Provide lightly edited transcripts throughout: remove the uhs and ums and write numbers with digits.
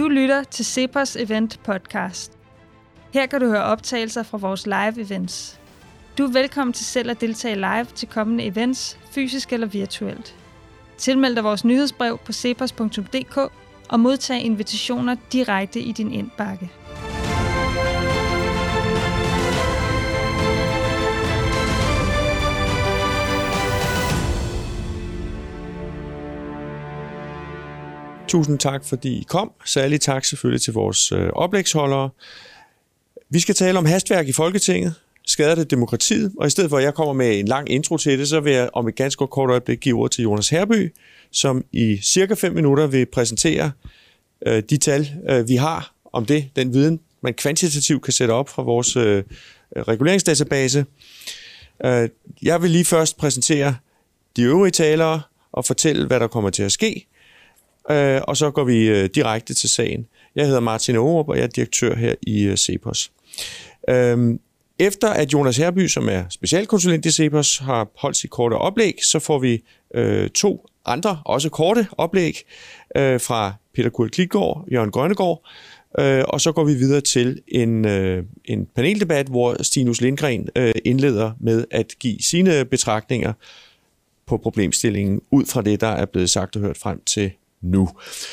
Du lytter til Cepos Event Podcast. Her kan du høre optagelser fra vores live events. Du er velkommen til selv at deltage live til kommende events, fysisk eller virtuelt. Tilmeld dig vores nyhedsbrev på cepos.dk og modtag invitationer direkte i din indbakke. Tusind tak, fordi I kom. Særlig tak selvfølgelig til vores oplægsholdere. Vi skal tale om hastværk i Folketinget. Skader det demokratiet? Og i stedet for, at jeg kommer med en lang intro til det, så vil jeg om et ganske kort øjeblik give ord til Jonas Herby, som i cirka 5 minutter vil præsentere de tal, vi har om det, den viden, man kvantitativt kan sætte op fra vores reguleringsdatabase. Jeg vil lige først præsentere de øvrige talere og fortælle, hvad der kommer til at ske. Og så går vi direkte til sagen. Jeg hedder Martin Aarup, og jeg er direktør her i Cepos. Efter at Jonas Herby, som er specialkonsulent i Cepos, har holdt sit korte oplæg, så får vi 2 andre, også korte oplæg fra Peter Kurt Klitgaard, Jørgen Grønnegård, og så går vi videre til en paneldebat, hvor Stinus Lindgren indleder med at give sine betragtninger på problemstillingen ud fra det, der er blevet sagt og hørt frem til nu.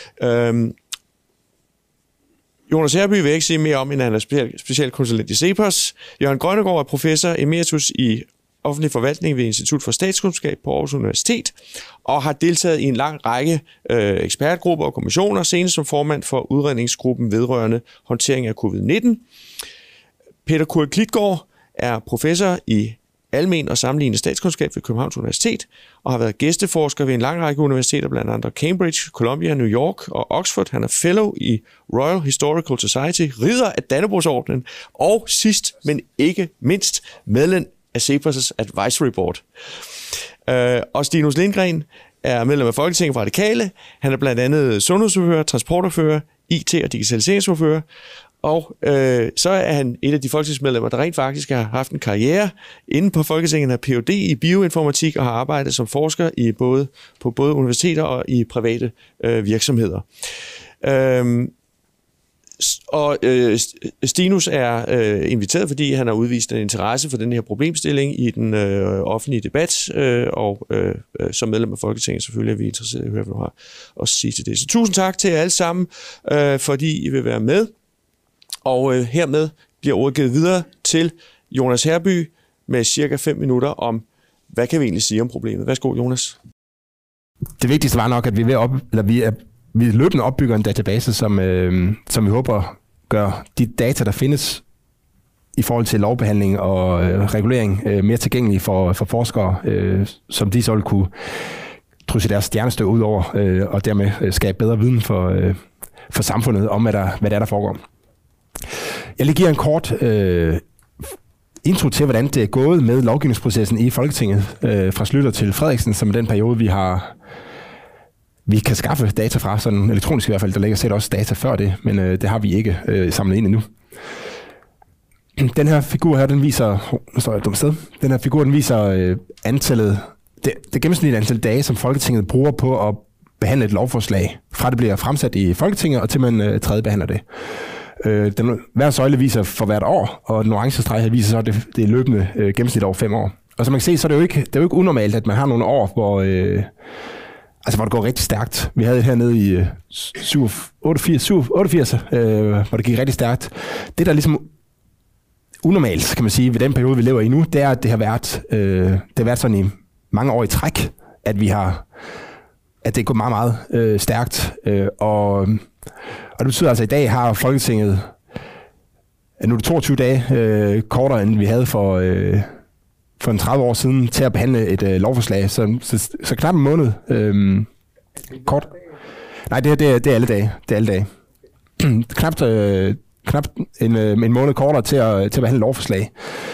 Jonas Herby vil jeg ikke sige mere om, end han er specialkonsulent i Cepos. Jørgen Grønnegård er professor emeritus i offentlig forvaltning ved Institut for Statskundskab på Aarhus Universitet, og har deltaget i en lang række ekspertgrupper og kommissioner, senest som formand for udredningsgruppen vedrørende håndtering af covid-19. Peter Kurt Klitgaard er professor i almen og sammenlignende statskundskab ved Københavns Universitet, og har været gæsteforsker ved en lang række universiteter, blandt andet Cambridge, Columbia, New York og Oxford. Han er fellow i Royal Historical Society, ridder af Dannebrogsordenen, og sidst, men ikke mindst, medlem af Cepos' Advisory Board. Og Stinus Lindgren er medlem af Folketinget for Radikale. Han er blandt andet sundhedsordfører, transportordfører, IT- og digitaliseringsordfører, og så er han et af de folketingsmedlemmer, der rent faktisk har haft en karriere inden på Folketinget, er Ph.D. i bioinformatik og har arbejdet som forsker på både universiteter og i private virksomheder. Stinus er inviteret, fordi han har udvist en interesse for den her problemstilling i den offentlige debat, og som medlem af Folketinget selvfølgelig er vi interesseret i at høre, hvad du har at sige til det. Så tusind tak til jer alle sammen, fordi I vil være med. Og hermed bliver ordet givet videre til Jonas Herby med cirka 5 minutter om, hvad kan vi egentlig sige om problemet. Værsgo, Jonas. Det vigtigste var nok, at vi løbende opbygger en database, som vi håber gør de data, der findes i forhold til lovbehandling og regulering, mere tilgængelige for forskere, som de så vil kunne trysse deres stjernestøv ud over, og dermed skabe bedre viden for samfundet om, hvad det er, der foregår. Jeg vil give en kort intro til, hvordan det er gået med lovgivningsprocessen i Folketinget fra Schlüter til Frederiksen, som er den periode, vi kan skaffe data fra, sådan elektronisk i hvert fald. Der ligger set også data før det, men det har vi ikke samlet ind endnu. Den her figur her, den viser... Nu står jeg et dumt sted. Den her figur, den viser antallet... Det gennemsnitlige antal dage, som Folketinget bruger på at behandle et lovforslag, fra det bliver fremsat i Folketinget, og til man tredjebehandler det. Hver søjle viser for hvert år, og den orange streg her viser så det løbende gennemsnit over 5 år. Og som man kan se, så er det jo ikke unormalt, at man har nogle år, hvor det går rigtig stærkt. Vi havde et hernede i 88, hvor det gik rigtig stærkt. Det, der er ligesom unormalt, kan man sige, ved den periode, vi lever i nu, det er, at det har været sådan i mange år i træk, at det er gået meget, meget stærkt. Og det betyder altså, at i dag har Folketinget, nu er det 22 dage kortere, end vi havde for en 30 år siden, til at behandle et lovforslag. Så knap en måned kort. Nej, det er alle dage. Det er alle dage. Knap en måned kortere til at behandle lovforslag.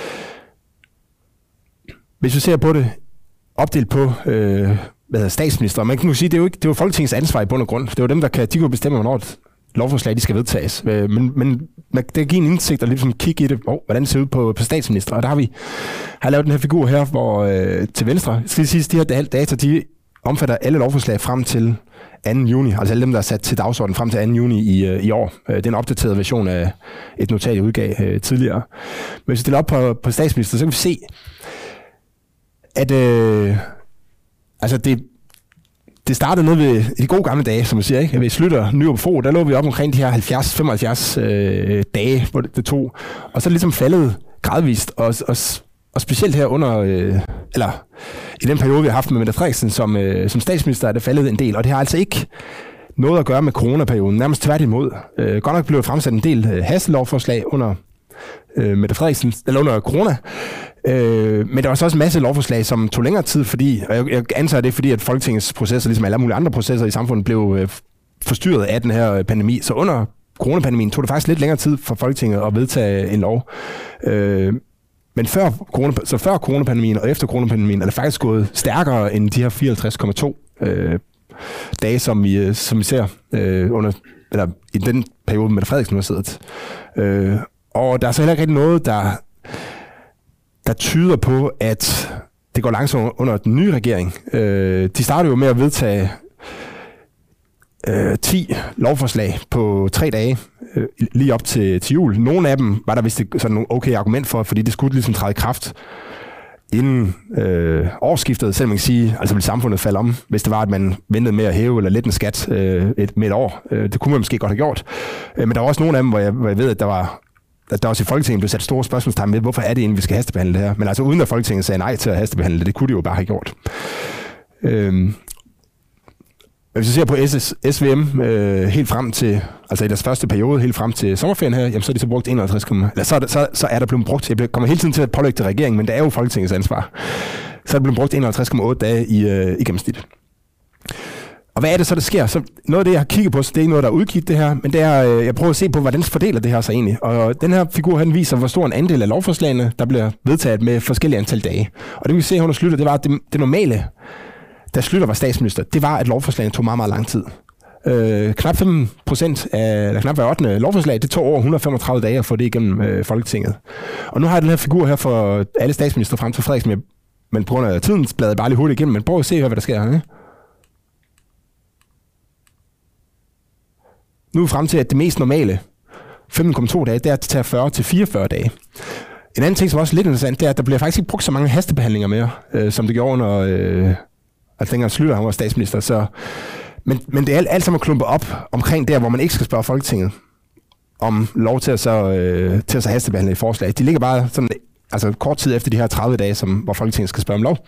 Hvis vi ser på det, opdelt på statsminister, man kan nu sige, det er jo Folketingets ansvar i bund og grund. Det er jo dem, de kan bestemme, hvornår et lovforslag de skal vedtages. Men det giver en indsigt og ligesom kigge i det, hvordan det ser ud på statsminister. Og der har lavet den her figur her, hvor til venstre, skal sige, de her data, de omfatter alle lovforslag frem til 2. juni, altså alle dem, der er sat til dagsordenen frem til 2. juni i år. Det er en opdateret version af et notat, jeg udgav tidligere. Men hvis vi stiller op på statsminister, så kan vi se, at altså det startede noget ved de gode gamle dage, som man siger, ikke? Ved Slytter, Nyrup Fogh, der lå vi op omkring de her 70-75 dage, hvor det tog. Og så er det ligesom faldet gradvist, og specielt her under, eller i den periode, vi har haft med Mette Frederiksen som statsminister, er det faldet en del. Og det har altså ikke noget at gøre med coronaperioden, nærmest tværtimod. Godt nok blev der fremsat en del hastelovforslag under Mette Frederiksen, eller under corona. Men der var så også en masse lovforslag, som tog længere tid, fordi, og jeg antager det, fordi at Folketingets processer, ligesom alle mulige andre processer i samfundet, blev forstyrret af den her pandemi. Så under coronapandemien tog det faktisk lidt længere tid for Folketinget at vedtage en lov. Men før coronapandemien og efter coronapandemien er det faktisk gået stærkere end de her 54,2 dage, som vi ser under, eller i den periode, Mette Frederiksen har siddet. Og der er så heller ikke rigtig noget, der tyder på, at det går langsomt under den nye regering. De startede jo med at vedtage 10 lovforslag på 3 dage, lige op til jul. Nogle af dem var der vist sådan nogle okay argument for, fordi det skulle ligesom træde i kraft inden årsskiftet, selvom man kan sige, altså ville samfundet falde om, hvis det var, at man ventede med at hæve eller lette en skat med et år. Det kunne man måske godt have gjort. Men der var også nogle af dem, hvor jeg ved, at der også i Folketinget blev sat store spørgsmålstegn med, hvorfor er det egentlig, vi skal hastebehandle det her? Men altså uden at Folketinget sagde nej til at hastebehandle det, det kunne de jo bare have gjort. Hvis vi ser på SVM helt frem til, altså i deres første periode, helt frem til sommerferien her, jamen så er de så brugt 51, så er der blevet brugt, jeg kommer hele tiden til at pålægge til regeringen, men det er jo Folketingets ansvar. Så er der blevet brugt 51,8 dage i gennemsnit. Og hvad er det så, der sker? Så noget af det, jeg har kigget på, så det er ikke noget, der er udgivet det her, men det er, jeg prøver at se på, hvordan fordeler det her sig egentlig. Og den her figur, han viser, hvor stor en andel af lovforslagene, der bliver vedtaget med forskellige antal dage. Og det vi ser under Slytter, det var, at det normale, da Slytter var statsminister, det var, at lovforslagene tog meget, meget lang tid. Knap 5% eller knap hver 8. lovforslag, det tog over 135 dage at få det igennem Folketinget. Og nu har jeg den her figur her for alle statsminister frem til Frederiksen, men på grund af tiden bladede bare lige hurtigt igennem, men prøv at se her, hvad der sker her. Nu er vi frem til, at det mest normale, 15,2 dage, det er at tage 40 til 44 dage. En anden ting, som også er lidt interessant, det er, at der bliver faktisk ikke brugt så mange hastebehandlinger mere, som det gjorde under, altså dengang Slytter, han var statsminister. Så, men det er alt sammen klumpet op omkring der, hvor man ikke skal spørge Folketinget om lov til at så hastebehandle et forslag. De ligger bare sådan, altså kort tid efter de her 30 dage, hvor Folketinget skal spørge om lov.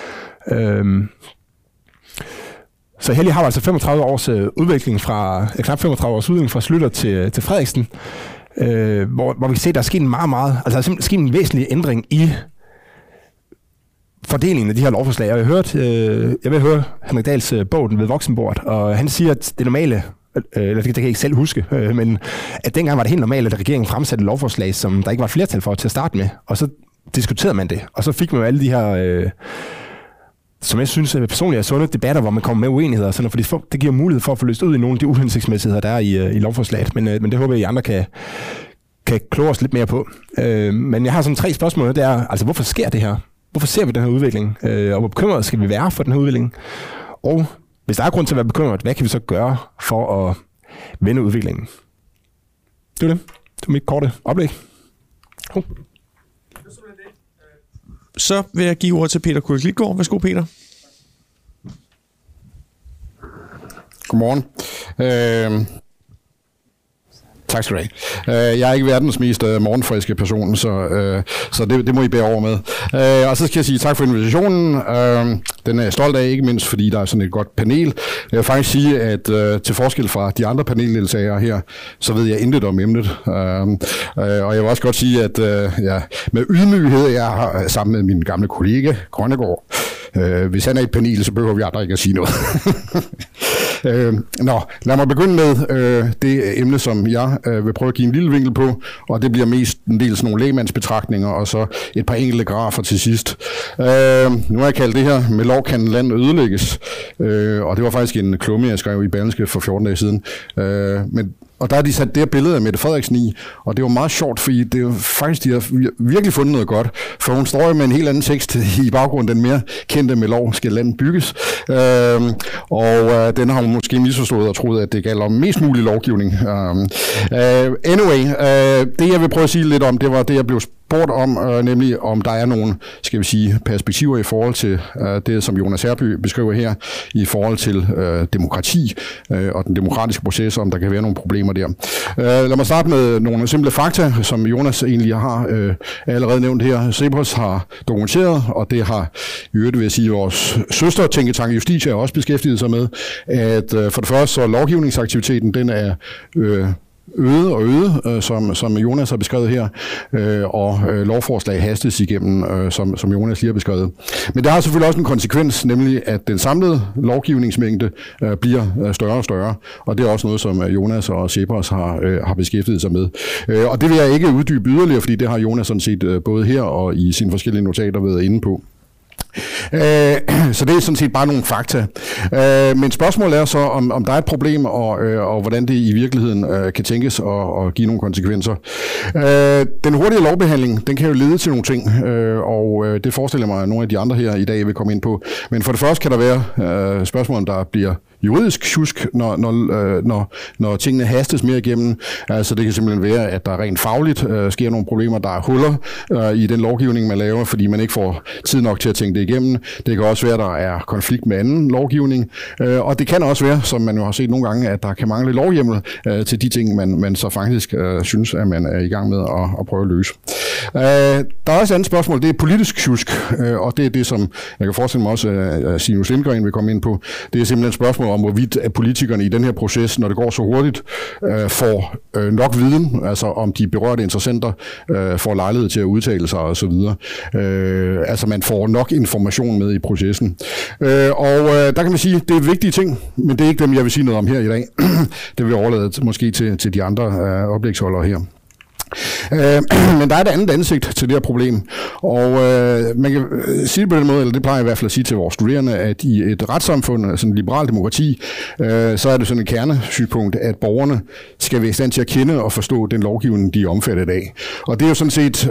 Så Hellig har altså 35 års udvikling knap 35 års udvikling fra Slytter til Frederiksen, hvor vi kan se, at der er sket en der er sket en væsentlig ændring i fordelingen af de her lovforslag. Og jeg vil høre Henrik Dahls bog, Den ved voksenbordet, og han siger, at det normale, eller det kan jeg ikke selv huske, men at dengang var det helt normalt, at regeringen fremsatte lovforslag, som der ikke var flertal for til at starte med, og så diskuterede man det, og så fik man jo alle de her som jeg synes personligt er sunde debatter, hvor man kommer med uenigheder, sådan, fordi det giver mulighed for at få løst ud i nogle af de uhensigtsmæssigheder, der er i lovforslaget. Men det håber jeg, I andre kan kloge os lidt mere på. Men jeg har sådan 3 spørgsmål. Det er, altså hvorfor sker det her? Hvorfor ser vi den her udvikling? Og hvor bekymret skal vi være for den her udvikling? Og hvis der er grund til at være bekymret, hvad kan vi så gøre for at vende udviklingen? Det var det. Det var mit korte oplæg. Så vil jeg give ordet til Peter Kulik-Klitgaard. Værsgo, Peter. Godmorgen. Tak skal du have. Jeg er ikke verdens mest morgenfriske person, så det må I bære over med. Og så skal jeg sige tak for invitationen. Den er jeg stolt af, ikke mindst fordi der er sådan et godt panel. Jeg vil faktisk sige, at til forskel fra de andre paneldeltagere her, så ved jeg intet om emnet. Og jeg vil også godt sige, at med ydmyghed, jeg har sammen med min gamle kollega, Grønnegård, hvis han er i et panel, så behøver vi andre ikke at sige noget. Lad mig begynde med det emne, som jeg vil prøve at give en lille vinkel på, og det bliver mest en del sådan nogle lægmandsbetragtninger, og så et par enkelte grafer til sidst. Nu har jeg kaldt det her, med lov kan land ødelægges, og det var faktisk en klumme, jeg skrev i Berlingske for 14 dage siden. Og der har de sat det her billede af Mette Frederiksen i, og det var meget sjovt, fordi det er jo faktisk, de har virkelig fundet noget godt, for hun står jo med en helt anden tekst i baggrunden, den mere kendte med lov skal landet bygges, og den har hun måske misforstået og troet, at det gælder om mest mulig lovgivning. Det jeg vil prøve at sige lidt om, det var det, jeg blev spurgt om, nemlig om der er nogle, skal vi sige, perspektiver i forhold til det, som Jonas Herby beskriver her, i forhold til demokrati og den demokratiske proces, om der kan være nogle problemer der. Lad mig starte med nogle simple fakta, som Jonas egentlig har allerede nævnt her. CEPOS har dokumenteret, og det har i øvrigt, vil jeg sige, vores søster tænketanke Justitia også beskæftiget sig med, at for det første så lovgivningsaktiviteten, den er øget, som Jonas har beskrevet her, og lovforslag hastes igennem, som Jonas lige har beskrevet. Men det har selvfølgelig også en konsekvens, nemlig at den samlede lovgivningsmængde bliver større og større, og det er også noget, som Jonas og CEPOS har beskæftiget sig med. Og det vil jeg ikke uddybe yderligere, fordi det har Jonas sådan set både her og i sine forskellige notater været inde på. Så det er sådan set bare nogle fakta. Men spørgsmålet er så, om der er et problem, og hvordan det i virkeligheden kan tænkes og give nogle konsekvenser. Den hurtige lovbehandling, den kan jo lede til nogle ting, og det forestiller mig, at nogle af de andre her i dag vil komme ind på. Men for det første kan der være spørgsmål, om der bliver juridisk sjusk, når tingene hastes mere igennem. Altså det kan simpelthen være, at der rent fagligt sker nogle problemer, der er huller i den lovgivning, man laver, fordi man ikke får tid nok til at tænke det igennem. Det kan også være, at der er konflikt med anden lovgivning, og det kan også være, som man jo har set nogle gange, at der kan mangle lovhjemmel til de ting, man så faktisk synes, at man er i gang med at prøve at løse. Der er også et andet spørgsmål, det er politisk sjusk, og det er det, som jeg kan forestille mig også, at Sinus Lindgren vil komme ind på. Det er simpelthen et spørgsmål om, hvorvidt at politikerne i den her proces, når det går så hurtigt, får nok viden, altså om de berørte interessenter får lejlighed til at udtale sig osv. Altså man får nok information med i processen. Der kan man sige, at det er vigtige ting, men det er ikke dem, jeg vil sige noget om her i dag. Det vil jeg overlade måske til de andre oplægsholdere her. Men der er et andet ansigt til det her problem, og man kan sige det på den måde, eller det plejer jeg i hvert fald at sige til vores studerende, at i et retssamfund, sådan et liberalt demokrati, så er det sådan et kernesynspunkt, at borgerne skal være i stand til at kende og forstå den lovgivning, de er omfattet af. Og det er jo sådan set,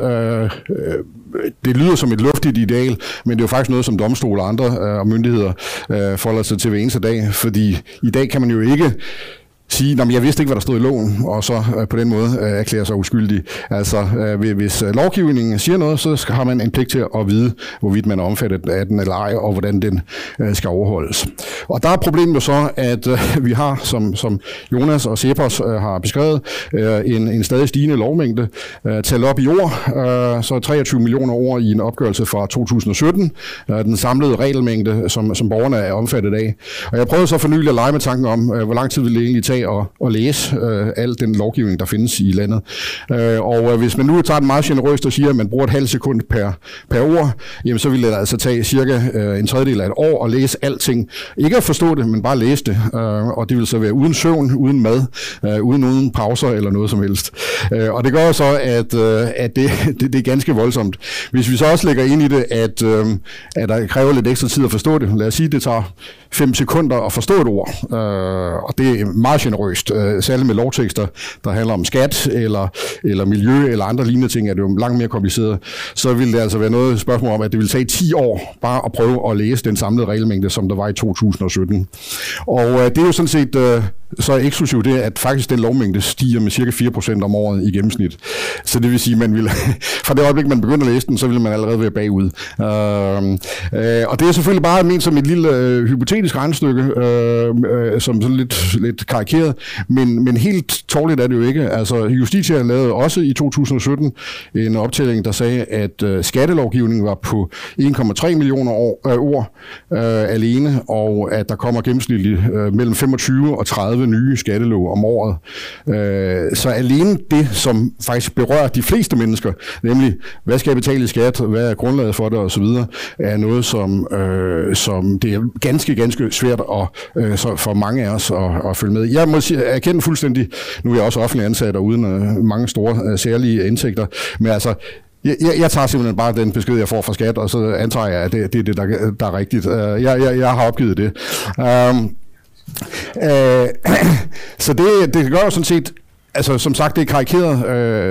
det lyder som et luftigt ideal, men det er jo faktisk noget, som domstole og andre og myndigheder forholder sig til hver eneste dag, fordi i dag kan man jo ikke sige, at jeg vidste ikke, hvad der stod i loven, og så på den måde erklære sig uskyldig. Altså, hvis lovgivningen siger noget, så har man en pligt til at vide, hvorvidt man er omfattet af den eller ej, og hvordan den skal overholdes. Og der er problemet jo så, at vi har, som Jonas og CEPOS har beskrevet, en stadig stigende lovmængde, talt op i ord, så 23 millioner ord i en opgørelse fra 2017, den samlede regelmængde, som borgerne er omfattet af. Og jeg prøvede så for nylig at lege med tanken om, hvor lang tid vil det egentlig tage at læse al den lovgivning, der findes i landet. Og hvis man nu tager den meget generøst og siger, at man bruger et halvt sekund per ord, jamen så vil det altså tage cirka en tredjedel af et år at læse alting. Ikke at forstå det, men bare læse det. Og det vil så være uden søvn, uden mad, uden nogen pauser eller noget som helst. Og det gør så, at det er ganske voldsomt. Hvis vi så også lægger ind i det, at der kræver lidt ekstra tid at forstå det. Lad os sige, at det tager 5 sekunder at forstå et ord. Og det er meget generøst. Særligt med lovtekster, der handler om skat eller miljø eller andre lignende ting, er det jo langt mere kompliceret. Så vil det altså være noget spørgsmål om, at det vil tage 10 år bare at prøve at læse den samlede regelmængde, som der var i 2017. Og det er jo sådan set så eksklusivt det, at faktisk den lovmængde stiger med cirka 4% om året i gennemsnit. Så det vil sige, man vil fra det øjeblik, man begynder at læse den, så vil man allerede være bagud. Og det er selvfølgelig bare ment som et lille hypotetisk regnestykke, som sådan lidt karikeret, men helt tårligt er det jo ikke. Altså Justitia lavede også i 2017 en optælling, der sagde, at skattelovgivningen var på 1,3 millioner ord alene, og at der kommer gennemsnitligt mellem 25 og 30 nye skattelov om året. Så alene det, som faktisk berører de fleste mennesker, nemlig hvad skal jeg betale i skat, hvad er grundlaget for det osv., er noget, som det er ganske svært for mange af os at følge med. Jeg må erkende fuldstændig, nu er jeg også offentlig ansat og uden mange store særlige indtægter, men altså jeg tager simpelthen bare den besked, jeg får fra skat, og så antager jeg, at det er det, der er rigtigt. Jeg har opgivet det. Så det gør jo sådan set, Altså, som sagt, det er karikeret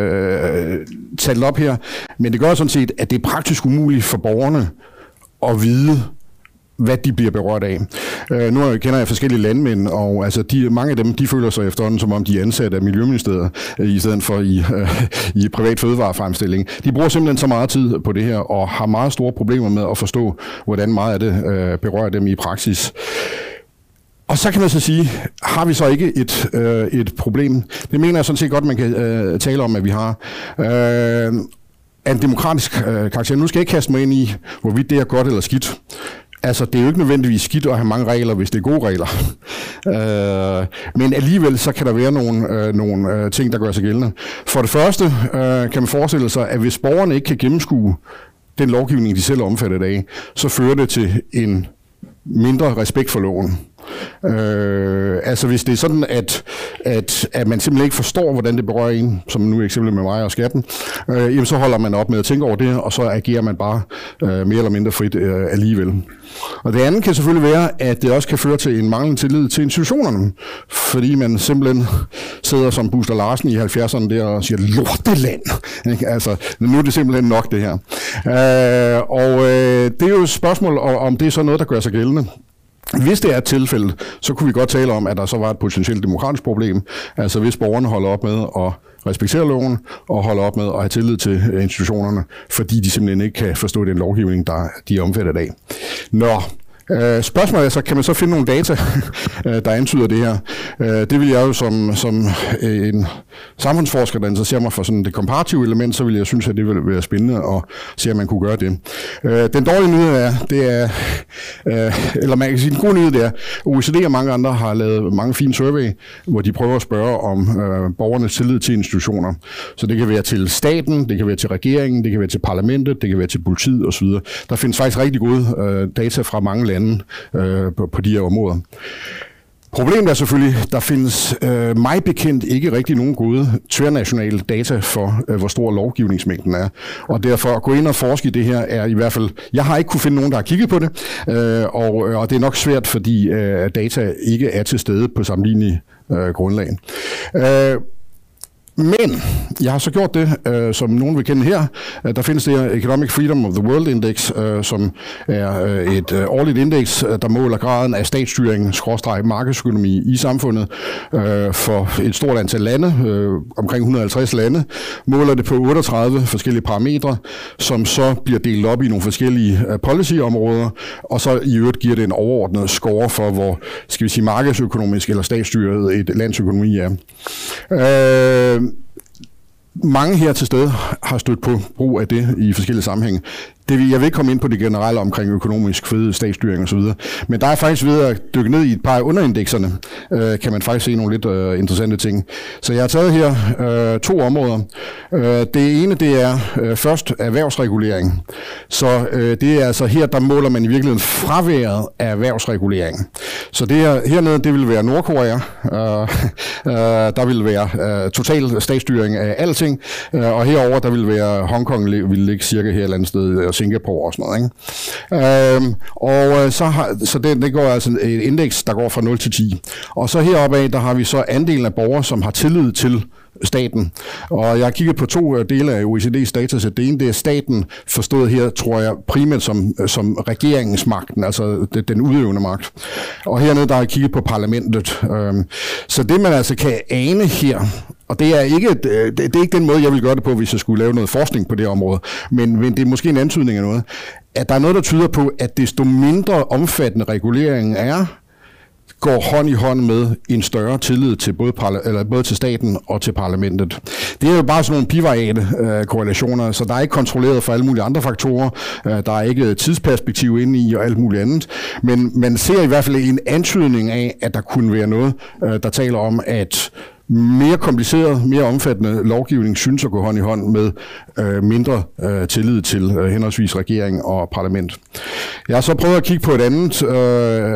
talt op her, men det gør sådan set, at det er praktisk umuligt for borgerne at vide, hvad de bliver berørt af. Nu kender jeg forskellige landmænd, og altså mange af dem, de føler sig efterhånden, som om de er ansat af Miljøministeriet, i stedet for i privat fødevarefremstilling. De bruger simpelthen så meget tid på det her, og har meget store problemer med at forstå, hvordan meget af det berører dem i praksis. Og så kan man så sige, har vi så ikke et problem? Det mener jeg sådan set godt, man kan tale om, at vi har. En demokratisk karakter. Nu skal jeg ikke kaste mig ind i, hvorvidt det er godt eller skidt. Altså, det er jo ikke nødvendigvis skidt at have mange regler, hvis det er gode regler. Men alligevel, så kan der være nogle ting, der gør sig gældende. For det første kan man forestille sig, at hvis borgerne ikke kan gennemskue den lovgivning, de selv er omfattet af, så fører det til en mindre respekt for loven. Altså hvis det er sådan, at man simpelthen ikke forstår, hvordan det berører en, som nu eksempel med mig og skatten, jamen så holder man op med at tænke over det, og så agerer man bare mere eller mindre frit alligevel. Og det andet kan selvfølgelig være, at det også kan føre til en manglende tillid til institutionerne, fordi man simpelthen sidder som Buster Larsen i 70'erne der og siger, lorteland! Altså, nu er det simpelthen nok det her. Det er jo et spørgsmål, om det er så noget, der gør sig gældende. Hvis det er et tilfælde, så kunne vi godt tale om, at der så var et potentielt demokratisk problem. Altså hvis borgerne holder op med at respektere loven og holder op med at have tillid til institutionerne, fordi de simpelthen ikke kan forstå den lovgivning, de er omfattet af. Spørgsmålet er så, kan man så finde nogle data, der antyder det her? Det vil jeg jo som en samfundsforsker, der interesserer mig for sådan det komparative element, så vil jeg synes, at det vil være spændende at se, om man kunne gøre det. Den dårlige nyhed eller man kan sige, den gode nyhed det er, OECD og mange andre har lavet mange fine survey, hvor de prøver at spørge om borgernes tillid til institutioner. Så det kan være til staten, det kan være til regeringen, det kan være til parlamentet, det kan være til politiet osv. Der findes faktisk rigtig gode data fra mange lande på de her områder. Problemet er selvfølgelig, der findes mig bekendt ikke rigtig nogen gode tværnationale data for, hvor stor lovgivningsmængden er. Og derfor at gå ind og forske i det her er i hvert fald, jeg har ikke kunne finde nogen, der har kigget på det, og det er nok svært, fordi data ikke er til stede på sammenlignelig grundlag. Men jeg har så gjort det, som nogen vil kende her. Der findes det her Economic Freedom of the World Index, som er et årligt indeks, der måler graden af statsstyring, markedsøkonomi i samfundet for et stort antal lande, omkring 150 lande, måler det på 38 forskellige parametre, som så bliver delt op i nogle forskellige policyområder, og så i øvrigt giver det en overordnet score for, hvor skal vi sige, markedsøkonomisk eller statsstyret et lands økonomi er. Mange her til stede har stødt på brug af det i forskellige sammenhænge. Jeg vil ikke komme ind på det generelle omkring økonomisk frihed, statsstyring osv., men der er faktisk ved at dykke ned i et par af underindekserne, kan man faktisk se nogle lidt interessante ting. Så jeg har taget her 2 områder. Det ene, det er først erhvervsregulering. Så det er altså her, der måler man i virkeligheden fraværet af erhvervsregulering. Så det her, hernede, det vil være Nordkorea. Der vil være total statsstyring af alting. Og herover der vil være Hongkong, vil ligge cirka her et eller andet sted, Singapore og sådan noget, ikke? Så det går altså et indeks, der går fra 0 til 10. Og så heroppe af, der har vi så andelen af borgere, som har tillid til staten. Og jeg har kigget på 2 dele af OECD's datasæt. Det ene, det er staten, forstået her, tror jeg, primært som regeringsmagten, altså den udøvende magt. Og hernede, der har jeg kigget på parlamentet. Så det, man altså kan ane her, og det er ikke den måde, jeg vil gøre det på, hvis jeg skulle lave noget forskning på det område, men det er måske en antydning af noget, at der er noget, der tyder på, at desto mindre omfattende reguleringen er, går hånd i hånd med en større tillid til både til staten og til parlamentet. Det er jo bare sådan nogle bivariate korrelationer, så der er ikke kontrolleret for alle mulige andre faktorer, der er ikke tidsperspektiv inde i og alt muligt andet, men man ser i hvert fald en antydning af, at der kunne være noget, der taler om, at mere kompliceret, mere omfattende lovgivning synes at gå hånd i hånd med mindre tillid til henholdsvis regering og parlament. Jeg har så prøvet at kigge på et andet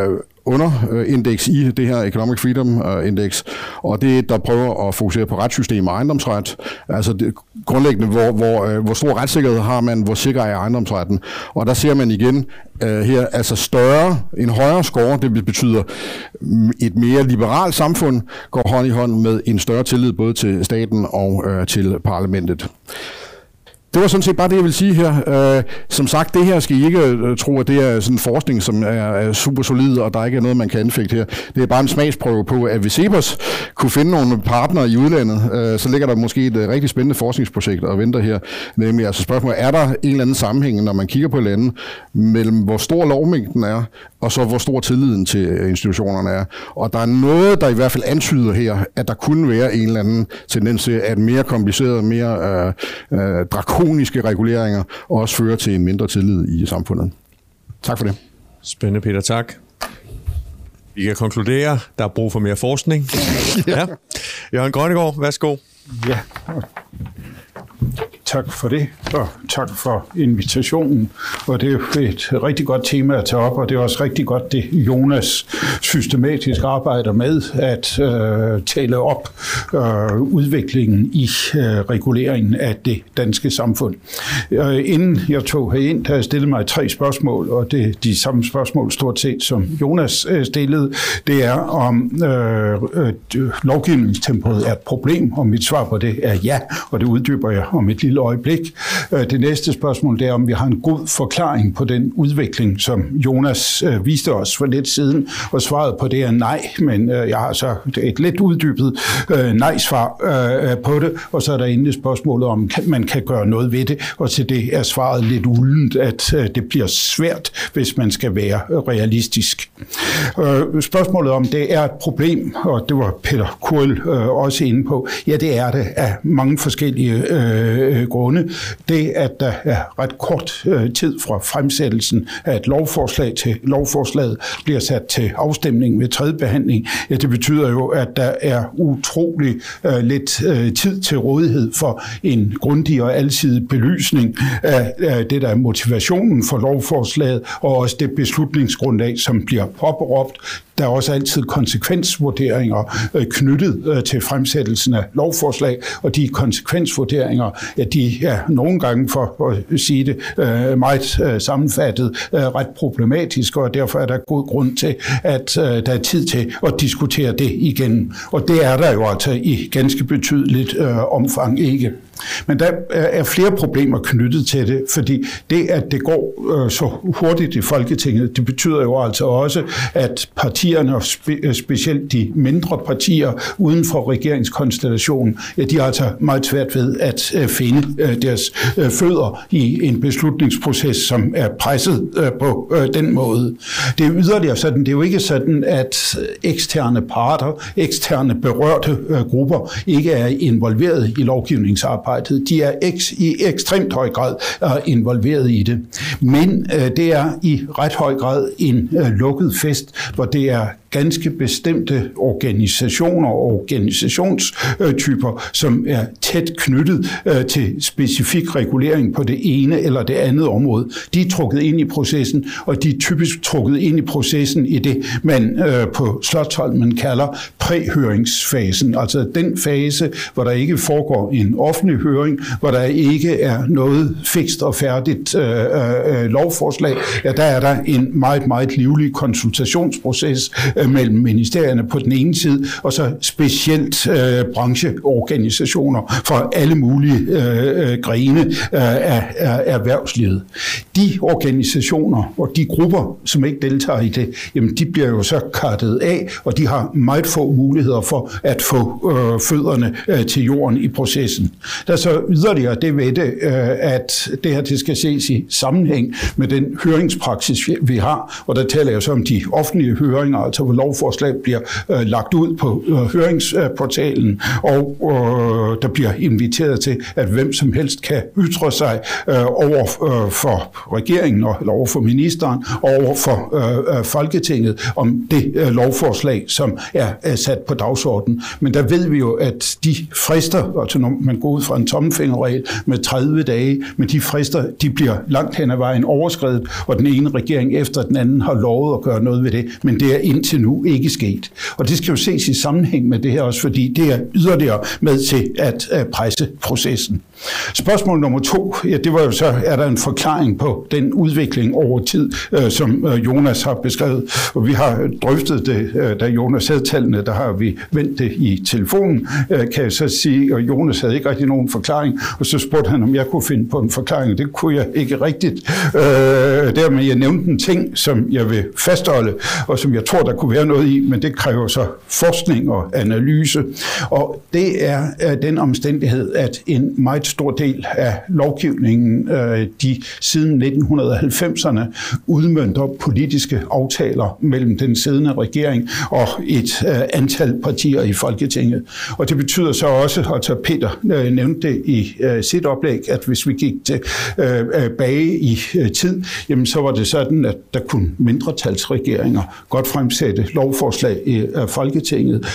underindeks i det her Economic Freedom Index, og det er der prøver at fokusere på retssystem og ejendomsret. Altså det, grundlæggende, hvor stor retssikkerhed har man, hvor sikker er ejendomsretten. Og der ser man igen her, altså en højere score, det betyder et mere liberalt samfund, går hånd i hånd med en større tillid både til staten og til parlamentet. Det var sådan set bare det, jeg vil sige her. Som sagt, det her skal I ikke tro, at det er sådan en forskning, som er super solid, og der ikke er noget, man kan anfægte her. Det er bare en smagsprøve på, at hvis CEPOS kunne finde nogle partnere i udlandet, så ligger der måske et rigtig spændende forskningsprojekt og venter her. Nemlig altså spørgsmålet, er der en eller anden sammenhæng, når man kigger på landet, mellem hvor stor lovmængden er, og så hvor stor tilliden til institutionerne er. Og der er noget, der i hvert fald antyder her, at der kunne være en eller anden tendens til, at mere komplicerede, mere drakoniske reguleringer også fører til en mindre tillid i samfundet. Tak for det. Spændende, Peter. Tak. Vi kan konkludere, der er brug for mere forskning. Ja. Jørgen Grønnegård, værsgo. Ja, tak for det, og tak for invitationen. Og det er jo et rigtig godt tema at tage op, og det er også rigtig godt, det Jonas systematisk arbejder med at tale op udviklingen i reguleringen af det danske samfund. Inden jeg tog herind, der stillede mig 3 spørgsmål, og det er de samme spørgsmål stort set, som Jonas stillede. Det er, om lovgivningstempoet er et problem, og mit svar på det er ja, og det uddyber jeg om et lille øjeblik. Det næste spørgsmål det er, om vi har en god forklaring på den udvikling, som Jonas viste os for lidt siden, og svaret på det er nej, men jeg har så et lidt uddybet nej-svar på det, og så er der endelig spørgsmålet om, man kan gøre noget ved det, og til det er svaret lidt uldent, at det bliver svært, hvis man skal være realistisk. Spørgsmålet om det er et problem, og det var Peter Kurl også inde på, ja det er det af mange forskellige grunde. Det, at der er ret kort tid fra fremsættelsen af et lovforslag til lovforslaget bliver sat til afstemning ved 3. behandling, ja, det betyder jo, at der er utrolig lidt tid til rådighed for en grundig og alsidig belysning af det, der er motivationen for lovforslaget, og også det beslutningsgrundlag, som bliver påberåbt. Der er også altid konsekvensvurderinger knyttet til fremsættelsen af lovforslag, og de konsekvensvurderinger, ja, de er nogle gange, for at sige det meget sammenfattet, ret problematiske, og derfor er der god grund til, at der er tid til at diskutere det igen. Og det er der jo altså i ganske betydeligt omfang ikke. Men der er flere problemer knyttet til det, fordi det, at det går så hurtigt i Folketinget, det betyder jo altså også, at partierne, og specielt de mindre partier uden for regeringskonstellationen, ja, de har altså meget svært ved at finde deres fødder i en beslutningsproces, som er presset på den måde. Det er yderligere sådan, det er jo ikke sådan, at eksterne parter, eksterne berørte grupper ikke er involveret i lovgivningsarbejdet. De er i ekstremt høj grad involveret i det. Men det er i ret høj grad en lukket fest, hvor det er ganske bestemte organisationer og organisationstyper, som er tæt knyttet til specifik regulering på det ene eller det andet område. De er trukket ind i processen, og de er typisk trukket ind i processen i det, man på Slotsholmen kalder præhøringsfasen. Altså den fase, hvor der ikke foregår en offentlig høring, hvor der ikke er noget fikst og færdigt lovforslag. Ja, der er der en meget, meget livlig konsultationsproces mellem ministerierne på den ene side, og så specielt brancheorganisationer fra alle mulige grene af erhvervslivet. De organisationer og de grupper, som ikke deltager i det, jamen de bliver jo så kartet af, og de har meget få muligheder for at få fødderne til jorden i processen. Der er så yderligere det ved det, at det her det skal ses i sammenhæng med den høringspraksis, vi har, og der taler jeg så om de offentlige høringer, altså hvor lovforslag bliver lagt ud på høringsportalen, og der bliver inviteret til, at hvem som helst kan ytre sig over for regeringen, eller over for ministeren, og over for Folketinget om det lovforslag, som er sat på dagsordenen. Men der ved vi jo, at de frister, altså når man går ud fra en tommelfingerregel med 30 dage, men de frister, de bliver langt hen ad vejen overskredet, og den ene regering efter den anden har lovet at gøre noget ved det, men det er indtil nu ikke sket. Og det skal jo ses i sammenhæng med det her også, fordi det er yderligere med til at presse processen. Spørgsmål nummer 2, ja, det var jo så, er der en forklaring på den udvikling over tid, som Jonas har beskrevet, og vi har drøftet det, da Jonas havde tallene, der har vi vendt det i telefonen, kan jeg så sige, og Jonas havde ikke rigtig nogen forklaring, og så spurgte han, om jeg kunne finde på en forklaring, det kunne jeg ikke rigtigt. Dermed jeg nævnte en ting, som jeg vil fastholde, og som jeg tror, der kunne være noget i, men det kræver så forskning og analyse, og det er den omstændighed, at en meget stor del af lovgivningen, de siden 1990'erne udmønter politiske aftaler mellem den siddende regering og et antal partier i Folketinget. Og det betyder så også, altså Peter nævnte det i sit oplæg, at hvis vi gik tilbage i tid, jamen så var det sådan, at der kunne mindretalsregeringer godt fremsætte lovforslag i Folketinget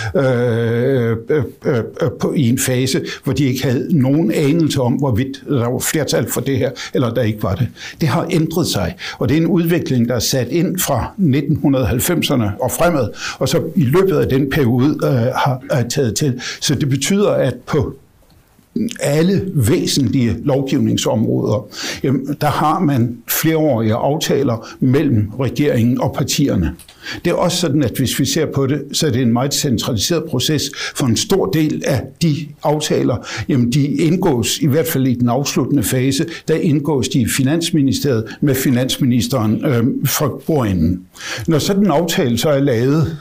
i en fase, hvor de ikke havde nogen anelse om, hvorvidt der var flertal for det her, eller der ikke var det. Det har ændret sig, og det er en udvikling, der er sat ind fra 1990'erne og fremad, og så i løbet af den periode har taget til. Så det betyder, at på alle væsentlige lovgivningsområder, der har man flereårige aftaler mellem regeringen og partierne. Det er også sådan, at hvis vi ser på det, så er det en meget centraliseret proces, for en stor del af de aftaler, jamen de indgås, i hvert fald i den afsluttende fase, der indgås de i Finansministeriet med finansministeren fra bordenden. Når sådan en aftale så er lavet,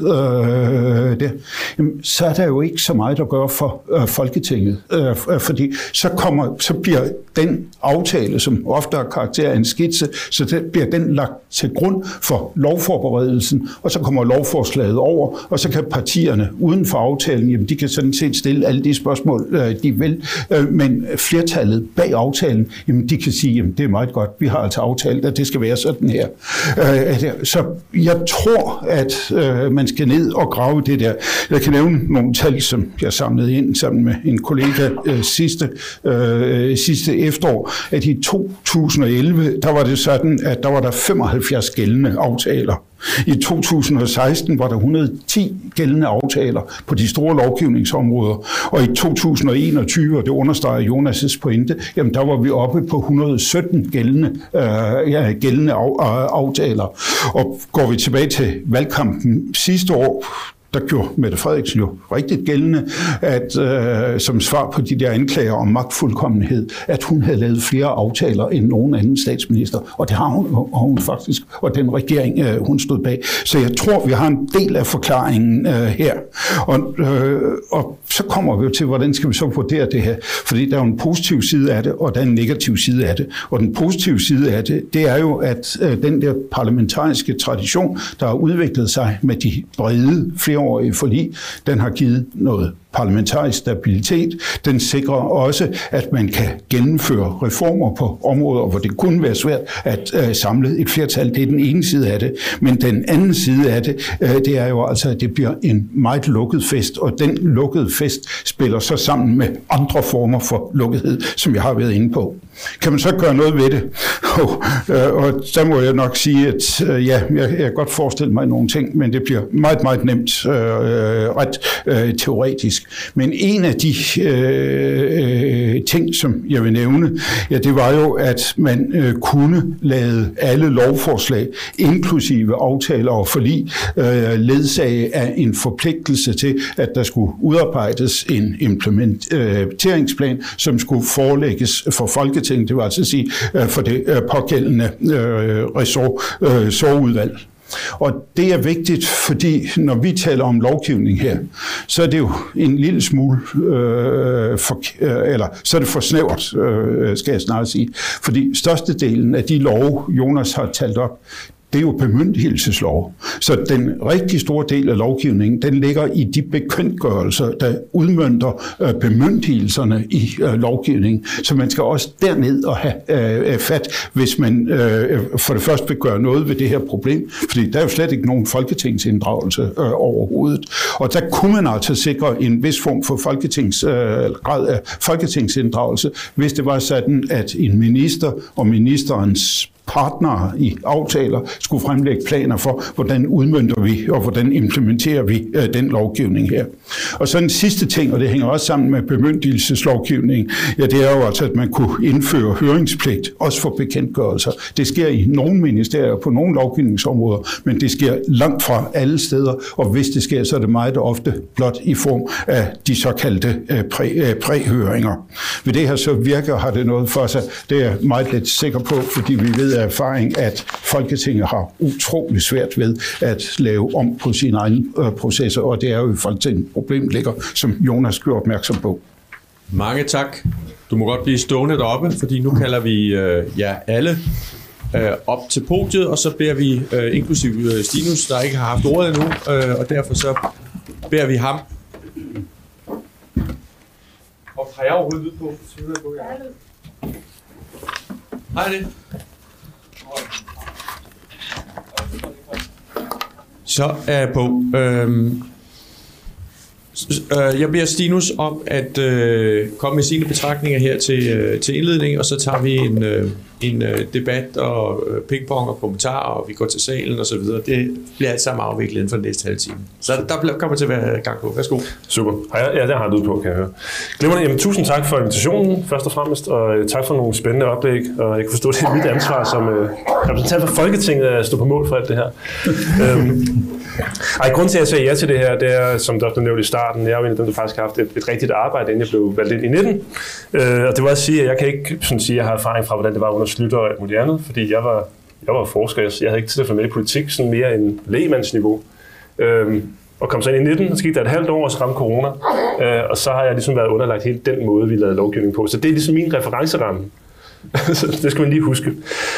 så er der jo ikke så meget at gøre for Folketinget, fordi så bliver den aftale, som ofte har karakter af en skitse, så bliver den lagt til grund for lovforberedelsen, og så kommer lovforslaget over, og så kan partierne uden for aftalen, jamen de kan sådan set stille alle de spørgsmål, de vil, men flertallet bag aftalen, jamen de kan sige, jamen det er meget godt, vi har altså aftalt, at det skal være sådan her. Så jeg tror, at man skal ned og grave det der. Jeg kan nævne nogle tal, som jeg samlede ind sammen med en kollega sidste efterår, at i 2011, der var det sådan, at der var der 75 gældende aftaler. I 2016 var der 110 gældende aftaler på de store lovgivningsområder, og i 2021, og det understreger Jonas' pointe, jamen der var vi oppe på 117 gældende aftaler. Og går vi tilbage til valgkampen sidste år, der gjorde Mette Frederiksen jo rigtigt gældende, at som svar på de der anklager om magtfuldkommenhed, at hun havde lavet flere aftaler end nogen anden statsminister, og det har hun faktisk, og den regering, hun stod bag. Så jeg tror, vi har en del af forklaringen her. Og så kommer vi jo til, hvordan skal vi så vurdere det her? Fordi der er jo en positiv side af det, og der er en negativ side af det. Og den positive side af det, det er jo, at den der parlamentariske tradition, der har udviklet sig med de brede flereårige forlig, den har givet noget parlamentarisk stabilitet. Den sikrer også, at man kan gennemføre reformer på områder, hvor det kunne være svært at samle et flertal. Det er den ene side af det. Men den anden side af det, det er jo altså, at det bliver en meget lukket fest, og den lukkede fest spiller så sammen med andre former for lukkethed, som jeg har været inde på. Kan man så gøre noget ved det? Og så må jeg nok sige, at ja, jeg kan godt forestille mig nogle ting, men det bliver meget, meget nemt, ret teoretisk. Men en af de ting, som jeg vil nævne, ja, det var jo, at man kunne lade alle lovforslag, inklusive aftaler og forlig, ledsage af en forpligtelse til, at der skulle udarbejdes en implementeringsplan, som skulle forelægges for Folketinget, det vil altså sige for det pågældende ressortudvalg. Og det er vigtigt, fordi når vi taler om lovgivning her, så er det jo en lille smule, så er det for snævert, skal jeg snart sige. Fordi størstedelen af de love, Jonas har talt op, det er jo bemyndigelseslov. Så den rigtig store del af lovgivningen, den ligger i de bekendtgørelser, der udmønter bemyndigelserne i lovgivningen. Så man skal også derned og have fat, hvis man for det første vil gøre noget ved det her problem, fordi der er jo slet ikke nogen folketingsinddragelse overhovedet. Og der kunne man altså sikre en vis form for grad af folketingsinddragelse, hvis det var sådan, at en minister og ministerens partnere i aftaler skulle fremlægge planer for, hvordan udmønter vi og hvordan implementerer vi den lovgivning her. Og så den sidste ting, og det hænger også sammen med bemyndigelseslovgivning, ja, det er jo altså, at man kunne indføre høringspligt, også for bekendtgørelser. Det sker i nogle ministerier på nogle lovgivningsområder, men det sker langt fra alle steder, og hvis det sker, så er det meget ofte blot i form af de såkaldte præhøringer. Ved det her så har det noget for sig. Det er jeg meget lidt sikker på, fordi vi ved af erfaring, at Folketinget har utrolig svært ved at lave om på sine egne processer, og det er jo i Folketinget problemet ligger, som Jonas gjorde opmærksom på. Mange tak. Du må godt blive stående deroppe, fordi nu kalder vi jer alle op til podiet, og så beder vi inklusiv Stinus, der ikke har haft ordet endnu, og derfor så beder vi ham. Og har jeg overhovedet lyd på? Hej det. Så er jeg på. Jeg beder Stinus om at komme med sine betragtninger her til indledning, og så tager vi en debat og pingpong og kommentarer, og vi går til salen og så videre. Det bliver alt sammen afviklet inden for den næste halve time. Så der kommer til at være gang på. Værsgo. Super. Ja, der har jeg lyd på, kan jeg høre. Glimrende. Jamen, tusind tak for invitationen, først og fremmest, og tak for nogle spændende oplæg. Og jeg kan forstå, at det er mit ansvar som repræsentant for Folketinget at stå på mål for alt det her. Grunden til, at jeg sagde ja til det her, det er, som der blev nævnt i starten, jeg er jo en af dem, der faktisk har haft et rigtigt arbejde, inden jeg blev valgt ind i 19. Og det var at sige, at jeg kan ikke sådan sige, at jeg har erfaring fra, hvordan det var under Schlüter og alt muligt andet, fordi jeg var forsker. Jeg havde ikke tid til at få med i politik, sådan mere en lægmandsniveau. Og kom så ind i 19, så gik der et halvt år, og så ramte corona. Og så har jeg ligesom været underlagt hele den måde, vi lavede lovgivning på. Så det er ligesom min referenceramme. Så det skal man lige huske.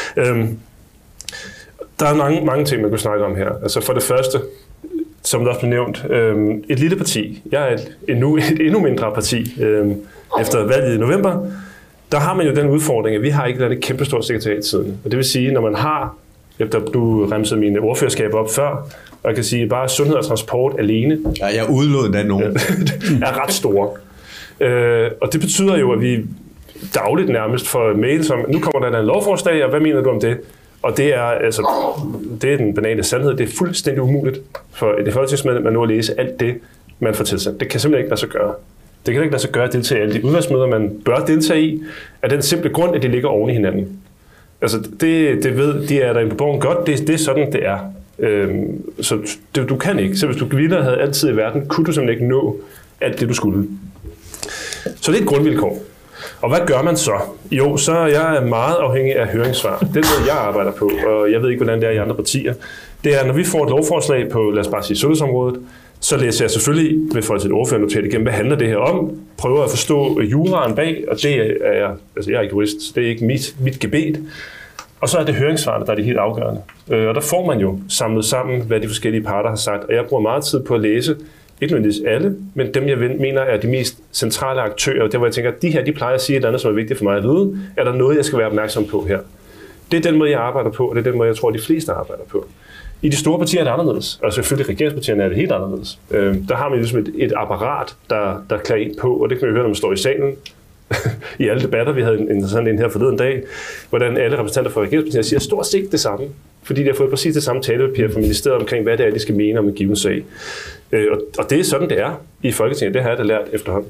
Der er mange ting, man kunne snakke om her. Altså for det første, som der også blev nævnt, et lille parti. Jeg er et endnu mindre parti efter valget i november. Der har man jo den udfordring, at vi har ikke et kæmpestort sekretariat siden. Og det vil sige, når man har, efter du remsede mine ordførerskaber op før, og jeg kan sige, bare sundhed og transport alene. Ja, jeg udlod den nogen. er ret store. Og det betyder jo, at vi dagligt nærmest får mails om, nu kommer der en lovforslag, og hvad mener du om det? Og det er den banale sandhed. Det er fuldstændig umuligt for et folketingsmedlem at nu at læse alt det, man får tilsendt. Det kan simpelthen ikke lade sig gøre. Det kan ikke lade sig gøre at deltage i alle de udvalgsmøder, man bør deltage i, af den simple grund, at de ligger oven i hinanden. Altså, det ved de er derinde på borgen godt. Det er sådan, det er. Så du kan ikke. Så hvis du ville have altid i verden, kunne du simpelthen ikke nå alt det, du skulle. Så det er et grundvilkår. Og hvad gør man så? Jo, så er jeg meget afhængig af høringssvar. Den måde, jeg arbejder på, og jeg ved ikke, hvordan det er i andre partier, det er, når vi får et lovforslag på, lad os bare sige, sundhedsområdet, så læser jeg selvfølgelig med folk til et ordførernotat igennem, hvad handler det her om, prøver at forstå juraen bag, og det er jeg, altså jeg er ikke jurist, så det er ikke mit gebet. Og så er det høringssvarene, der er det helt afgørende. Og der får man jo samlet sammen, hvad de forskellige parter har sagt, og jeg bruger meget tid på at læse, ikke nødvendigvis alle, men dem, jeg mener er de mest centrale aktører, der hvor jeg tænker, de her, de plejer at sige et eller andet, som er vigtigt for mig at vide. Er der noget, jeg skal være opmærksom på her? Det er den måde, jeg arbejder på, og det er den måde, jeg tror, de fleste arbejder på. I de store partier er det anderledes, og selvfølgelig regeringspartierne er det helt anderledes. Der har man ligesom et apparat, der klæder ind på, og det kan man jo høre, når man står i salen. I alle debatter, vi havde sådan en her forleden dag, hvordan alle repræsentanter for regeringspartierne siger stort set det samme, fordi de har fået præcis det samme talepapir fra ministeriet omkring, hvad det er, de skal mene om en given sag. Og det er sådan, det er i Folketinget. Det har jeg da lært efterhånden.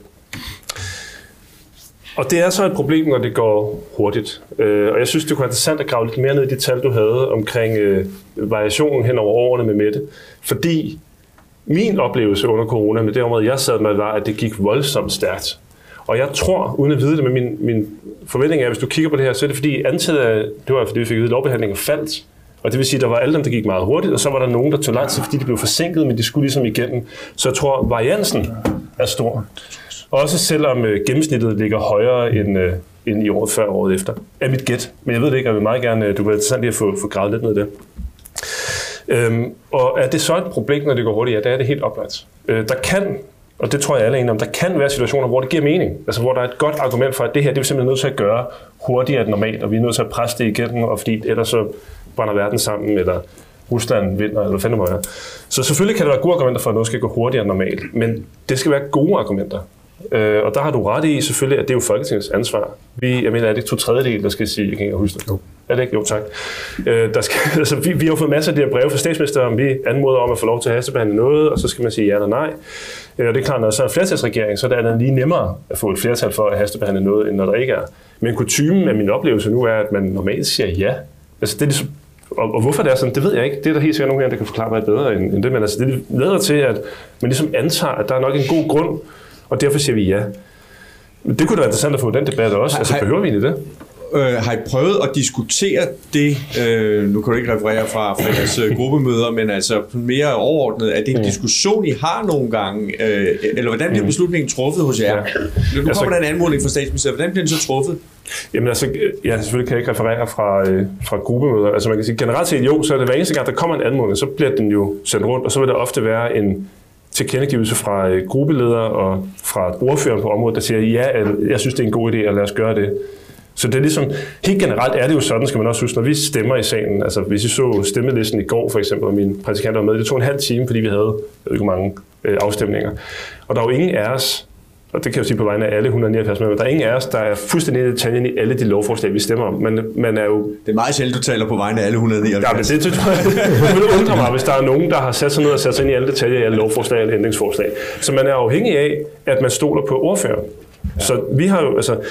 Og det er så et problem, når det går hurtigt. Og jeg synes, det kunne være interessant at grave lidt mere ned i de tal, du havde omkring variationen hen over årene med Mette. Fordi min oplevelse under corona med det område, jeg sad med, var, at det gik voldsomt stærkt. Og jeg tror, uden at vide det, men min forventning er, at hvis du kigger på det her, så er det fordi antallet af, det var fordi vi fik at vide, lovbehandlingen faldt. Og det vil sige, at der var alle dem, der gik meget hurtigt, og så var der nogen, der tog lang tid, fordi de blev forsinket, men de skulle ligesom igennem. Så jeg tror, variansen er stor. Også selvom gennemsnittet ligger højere end i året før og året efter. Er mit gæt. Men jeg ved det ikke, og jeg vil meget gerne, du vil interessant lige at få gravet lidt ned i det. Og er det så et problem, når det går hurtigt? Ja, det er det helt oplagt. Der kan, og det tror jeg alle er enige om, der kan være situationer, hvor det giver mening. Altså hvor der er et godt argument for, at det her, det er vi simpelthen nødt til at gøre hurtigere end normalt, og vi er nødt til at presse det igennem, og fordi ellers så brænder verden sammen, eller Rusland vinder, eller hvad fanden det må være. Så selvfølgelig kan der være gode argumenter for, at noget skal gå hurtigere end normalt, men det skal være gode argumenter. Og der har du ret i selvfølgelig, at det er jo Folketingets ansvar. Jeg mener, er det 2/3, der skal sige, jeg kan ikke huske det. Jo. Er det ikke? Jo, tak. Vi har jo fået masser af de her breve fra statsministeren, vi anmoder om at få lov til at hastebehandle noget, og så skal man sige ja eller nej. Og det er klart, når så er en flertalsregering, så er det lige nemmere at få et flertal for at hastebehandle noget, end når der ikke er. Men kutymen af min oplevelse nu er, at man normalt siger ja. Altså det er ligesom, og hvorfor det er sådan, det ved jeg ikke. Det er der helt sikkert nogen her, der kan forklare mig bedre end det, men altså det leder til, at man ligesom antager, at der er nok en god grund, og derfor siger vi ja. Men det kunne da være interessant at få den debat også. Altså behøver vi egentlig det? Har I prøvet at diskutere det? Nu kan du ikke referere fra jeres gruppemøder, men altså mere overordnet. Er det en diskussion, I har nogle gange? Eller hvordan bliver beslutningen truffet hos jer? Nu kommer der en anmodning fra statsministeriet. Hvordan bliver den så truffet? Jamen altså, selvfølgelig kan jeg ikke referere fra gruppemøder. Altså man kan sige generelt set jo, så er det hver eneste gang, der kommer en anmodning, så bliver den jo sendt rundt, og så vil der ofte være en tilkendegivelse fra gruppeleder og fra ordføreren på området, der siger, ja, jeg synes, det er en god idé, og lad os gøre det. Så det er ligesom, helt generelt er det jo sådan, skal man også huske, når vi stemmer i salen, altså hvis I så stemmelisten i går for eksempel, og mine praktikanter var med, det tog en halv time, fordi vi havde, jeg ved ikke hvor mange afstemninger. Og der er jo ingen af os, og det kan jeg jo sige på vegne af alle 179 medlemmer, der er ingen af os, der er fuldstændig i detaljen i alle de lovforslag, vi stemmer om. Men man er jo... Det er meget sjældent, du taler på vegne af alle 179. Ja, men det tror jeg, det undrer mig, hvis der er nogen, der har sat sig ned og sat sig ind i alle detaljer i alle lovforslag eller ændringsforslag. Så man er afhængig af, at man stoler på ordføreren. Ja. Så vi har jo, altså,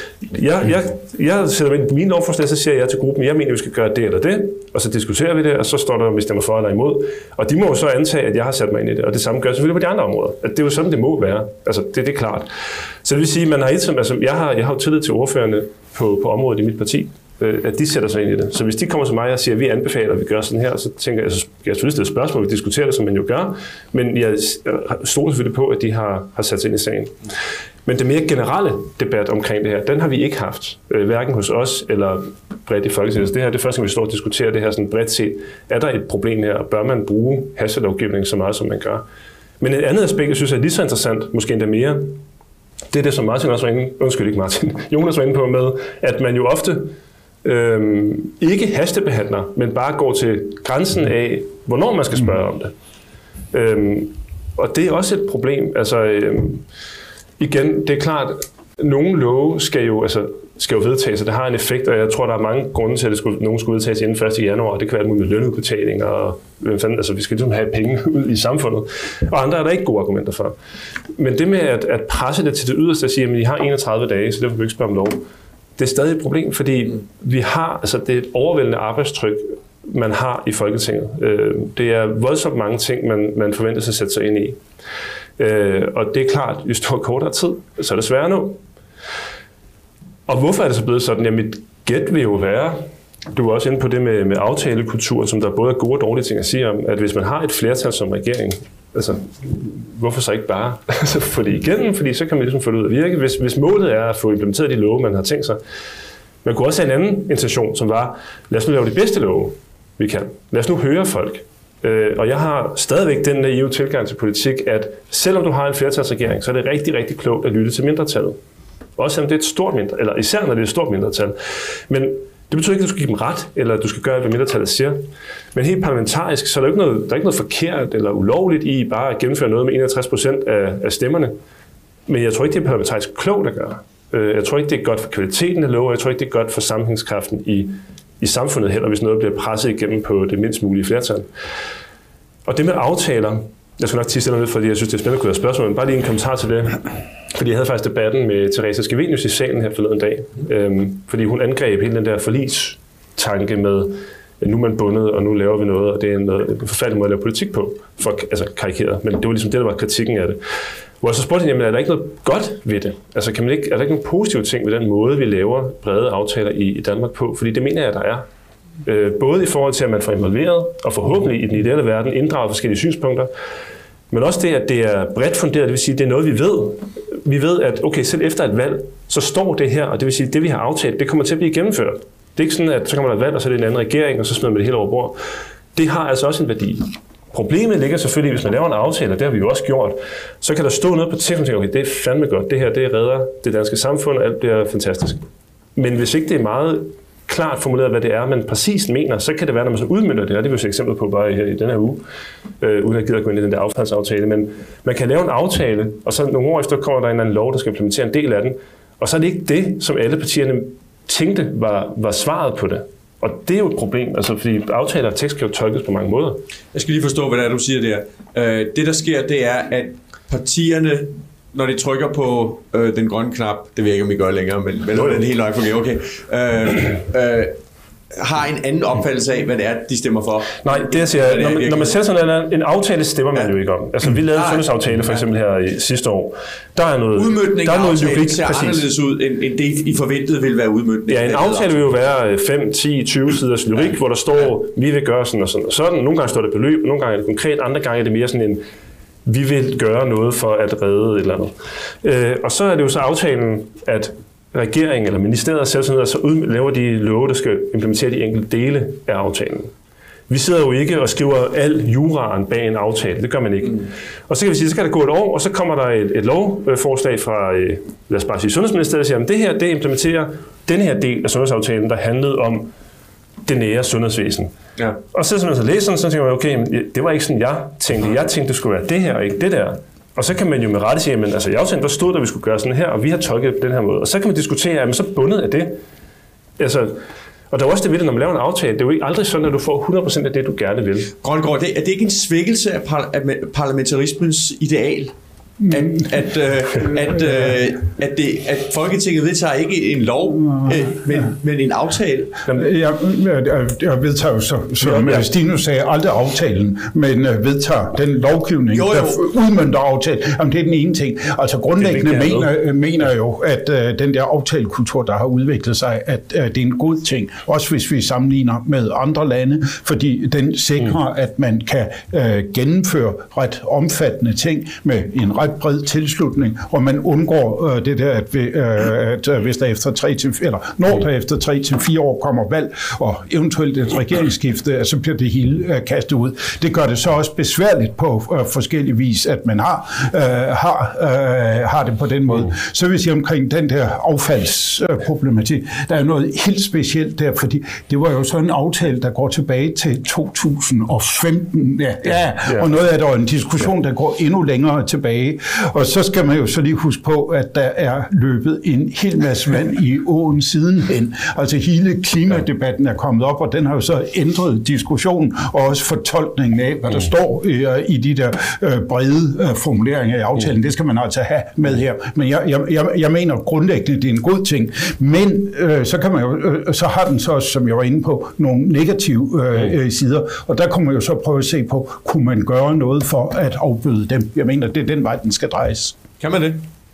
jeg sætter mig ind i min lovforslag, så siger jeg til gruppen, jeg mener, vi skal gøre det eller det, og så diskuterer vi det, og så står der, om vi stemmer for eller imod. Og de må jo så antage, at jeg har sat mig ind i det, og det samme gør selvfølgelig på de andre områder. At det er jo sådan, det må være. Altså, det er klart. Så det vil sige, man har jeg har jo tillid til ordførerne på området i mit parti, at de sætter sig ind i det. Så hvis de kommer til mig og siger, at vi anbefaler, at vi gør sådan her, så tænker jeg, så jeg selvfølgelig stille spørgsmål, vi diskuterer det, som man jo gør, men jeg stoler selvfølgelig på, at de har sat sig ind i sagen. Men det mere generelle debat omkring det her, den har vi ikke haft, hverken hos os eller bredt i Folketinget. Det her det er første gang, vi står og diskuterer det her sådan bredt set. Er der et problem her, og bør man bruge hastelovgivning så meget, som man gør? Men et andet aspekt, jeg synes er lige så interessant, måske endda mere, det er det, som Martin også var inde, Jonas var inde på med, at man jo ofte ikke hastebehandler, men bare går til grænsen af, hvornår man skal spørge om det. Og det er også et problem. Altså, igen, det er klart, at nogle love skal jo vedtages, og det har en effekt, og jeg tror, der er mange grunde til, at nogen skulle vedtages inden 1. januar. Det kan være med lønudbetalinger, og altså, vi skal ligesom have penge ud i samfundet. Og andre er der ikke gode argumenter for. Men det med at presse det til det yderste og sige, at I har 31 dage, så derfor vil vi ikke spørge om lov, det er stadig et problem, fordi vi har, altså det er et overvældende arbejdstryk, man har i Folketinget. Det er voldsomt mange ting, man forventer sig at sætte sig ind i. Og det er klart, jo står kortere tid, så er det sværere nu. Og hvorfor er det så blevet sådan? Jamen, mit gæt vil jo være, du er også inde på det med aftalekultur, som der både er gode og dårlige ting at sige om, at hvis man har et flertal som regering, altså, hvorfor så ikke bare få det igennem? Fordi så kan man ligesom få det ud at virke. Hvis målet er at få implementeret de love, man har tænkt sig. Man kunne også have en anden intention, som var, lad os nu lave de bedste love, vi kan. Lad os nu høre folk. Og jeg har stadigvæk den naive tilgang til politik, at selvom du har en flertalsregering, så er det rigtig, rigtig klogt at lytte til mindretallet. Også selvom det er et stort mindretal, eller især når det er et stort mindretal. Men det betyder ikke, at du skal give dem ret, eller at du skal gøre, hvad mindretallet siger. Men helt parlamentarisk, så er der er ikke noget forkert eller ulovligt i bare at gennemføre noget med 61% af stemmerne. Men jeg tror ikke, det er parlamentarisk klogt at gøre. Jeg tror ikke, det er godt for kvaliteten af lov, jeg tror ikke, det er godt for sammenhængskraften i samfundet heller, hvis noget bliver presset igennem på det mindst mulige flertal. Og det med aftaler, jeg skal nok tisse lidt, fordi jeg synes, det er spændende at kunne have spørgsmål, men bare lige en kommentar til det. Fordi jeg havde faktisk debatten med Theresa Scavenius i salen her forleden dag, fordi hun angreb hele den der forlistanke med, at nu er man bundet, og nu laver vi noget, og det er en forfærdelig måde at lave politik på, altså karikeret, men det var ligesom det, der var kritikken af det. Hvor jeg så spurgte hende, jamen er der ikke noget godt ved det? Altså er der ikke nogen positive ting ved den måde, vi laver brede aftaler i Danmark på? Fordi det mener jeg, der er. Både i forhold til, at man får involveret, og forhåbentlig i den ideelle verden inddrager forskellige synspunkter, men også det, at det er bredt funderet, det vil sige, at det er noget, vi ved. Vi ved, at okay, selv efter et valg, så står det her, og det vil sige, at det, vi har aftalt, det kommer til at blive gennemført. Det er ikke sådan, at så kommer der et valg, og så er det en anden regering, og så smider man det hele over bord. det har altså også en værdi. Problemet ligger selvfølgelig, hvis man laver en aftale, og det har vi jo også gjort, så kan der stå noget på teksten, og tænke, okay, det er fandme godt, det her, det redder det danske samfund, og alt bliver fantastisk. Men hvis ikke det er meget klart formuleret, hvad det er, man præcis mener, så kan det være, når man så udmønter det, og det vil vi se eksempler på bare her i den her uge, uden at gide at gå ind i den der affaldsaftale, men man kan lave en aftale, og så nogle år efter kommer der en eller anden lov, der skal implementere en del af den, og så er det ikke det, som alle partierne tænkte var svaret på det. Og det er jo et problem, altså fordi aftaler og tekst kan jo tolkes på mange måder. Jeg skal lige forstå, hvad det er, du siger der. Det, der sker, det er, at partierne, når de trykker på den grønne knap, det ved jeg ikke, om I gør længere, men den helt nok fungerer, okay, har en anden opfattelse af, hvad det er, de stemmer for. Nej, det jeg siger, når man sætter sådan en aftale, stemmer man jo ikke om. Altså, vi lavede en sundhedsaftale for eksempel her i sidste år. Der er noget udmøntning der er noget logik, ser anderledes ud, end det I forventede ville være udmøntning. Ja, en aftale vil jo være 5, 10, 20 siders lyrik, hvor der står, vi vil gøre sådan og sådan og sådan. Nogle gange står det beløb, nogle gange er det konkret, andre gange er det mere sådan en, vi vil gøre noget for at redde et eller andet. Og så er det jo så aftalen, at regeringen eller ministeriet sætter sig ned, og så laver de love, der skal implementere de enkelte dele af aftalen. Vi sidder jo ikke og skriver al juraen bag en aftale. Det gør man ikke. Og så kan vi sige, så kan der gå et år, og så kommer der et lovforslag fra, lad os bare sige, Sundhedsministeriet, og siger, at det her, det implementerer den her del af sundhedsaftalen, der handlede om det nære sundhedsvæsen. Ja. Og så man så læser den, så tænker man, okay, det var ikke sådan, jeg tænkte. Jeg tænkte, det skulle være det her, og ikke det der. Og så kan man jo med rette sige, at altså, i aftalen, der stod der, at vi skulle gøre sådan her, og vi har tolket på den her måde. Og så kan man diskutere, at så bundet af det. Altså, og der er også det ved det, når man laver en aftale. Det er jo ikke aldrig sådan, at du får 100% af det, du gerne vil. Grøngaard, er det ikke en svækkelse af parlamentarismens ideal? At Folketinget vedtager ikke en lov, men en aftale. Jeg vedtager jo, som Stinus sagde, aldrig aftalen, men vedtager den lovgivning, der udmønter aftalen. Jamen, det er den ene ting. Altså grundlæggende mener jo, at den der aftalekultur, der har udviklet sig, at det er en god ting, også hvis vi sammenligner med andre lande, fordi den sikrer, at man kan gennemføre ret omfattende ting med en ret bred tilslutning, og man undgår det der, at hvis der efter 3 til 4 år kommer valg, og eventuelt et regeringsskifte, så bliver det hele kastet ud. Det gør det så også besværligt på forskellige vis, at man har det på den måde. Så vil jeg sige omkring den der affaldsproblematik, der er jo noget helt specielt der, fordi det var jo sådan en aftale, der går tilbage til 2015, og noget af det er en diskussion, der går endnu længere tilbage. Og så skal man jo så lige huske på, at der er løbet en hel masse vand i åen sidenhen. Altså hele klimadebatten er kommet op, og den har jo så ændret diskussionen, og også fortolkningen af, hvad der står i de der brede formuleringer i aftalen. Det skal man altså have med her. Men jeg mener grundlæggende, det er en god ting. Men så kan man jo, så har den så også, som jeg var inde på, nogle negative sider. Og der kunne man jo så prøve at se på, kunne man gøre noget for at afbøde dem. Jeg mener, det er den vej, den skal drejes. Kan man det?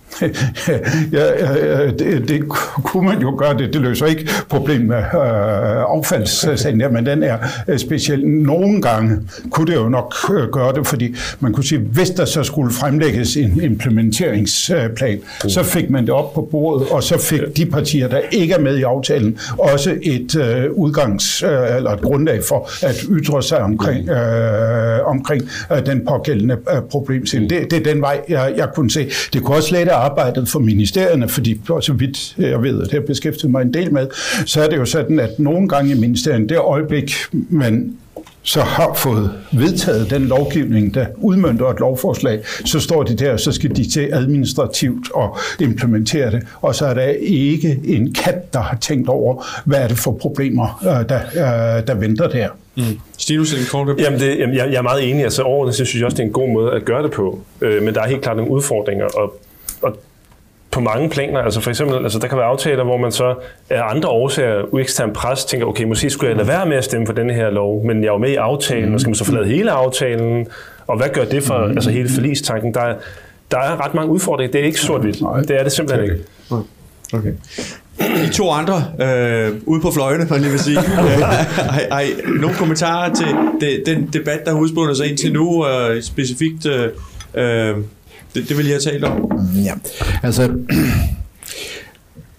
Det kunne man jo gøre det. Det løser ikke problemet med affaldssagen der, men den er speciel. Nogle gange kunne det jo nok gøre det, fordi man kunne sige, hvis der så skulle fremlægges en implementeringsplan, så fik man det op på bordet, og så fik de partier, der ikke er med i aftalen, også et eller et grundlag for at ytre sig omkring den pågældende problemstilling. Det er den vej, jeg kunne se. Det kunne også lette arbejdet for ministerierne, fordi så vidt jeg ved, at det har beskæftiget mig en del med, så er det jo sådan, at nogle gange i ministerierne, det øjeblik, man så har fået vedtaget den lovgivning, der udmønter et lovforslag, så står de der, og så skal de til administrativt og implementere det. Og så er der ikke en kat, der har tænkt over, hvad er det for problemer, der venter der. Stinus, Jamen, jeg er meget enig. Altså overordnet synes jeg også, det er en god måde at gøre det på. Men der er helt klart nogle udfordringer, og på mange planer, altså for eksempel, altså der kan være aftaler, hvor man så af andre årsager, uekstern pres, tænker, okay, måske skulle jeg lade være med at stemme for denne her lov, men jeg er jo med i aftalen, og skal man så forlade hele aftalen, og hvad gør det for altså hele forlistanken? Der er ret mange udfordringer, det er ikke sort-hvidt, det er det simpelthen ikke. Okay. De to andre ude på fløjene, for lige vil sige. Har I nogle kommentarer til den debat, der har udspundet sig indtil nu, specifikt det vil jeg have talt om? Ja, altså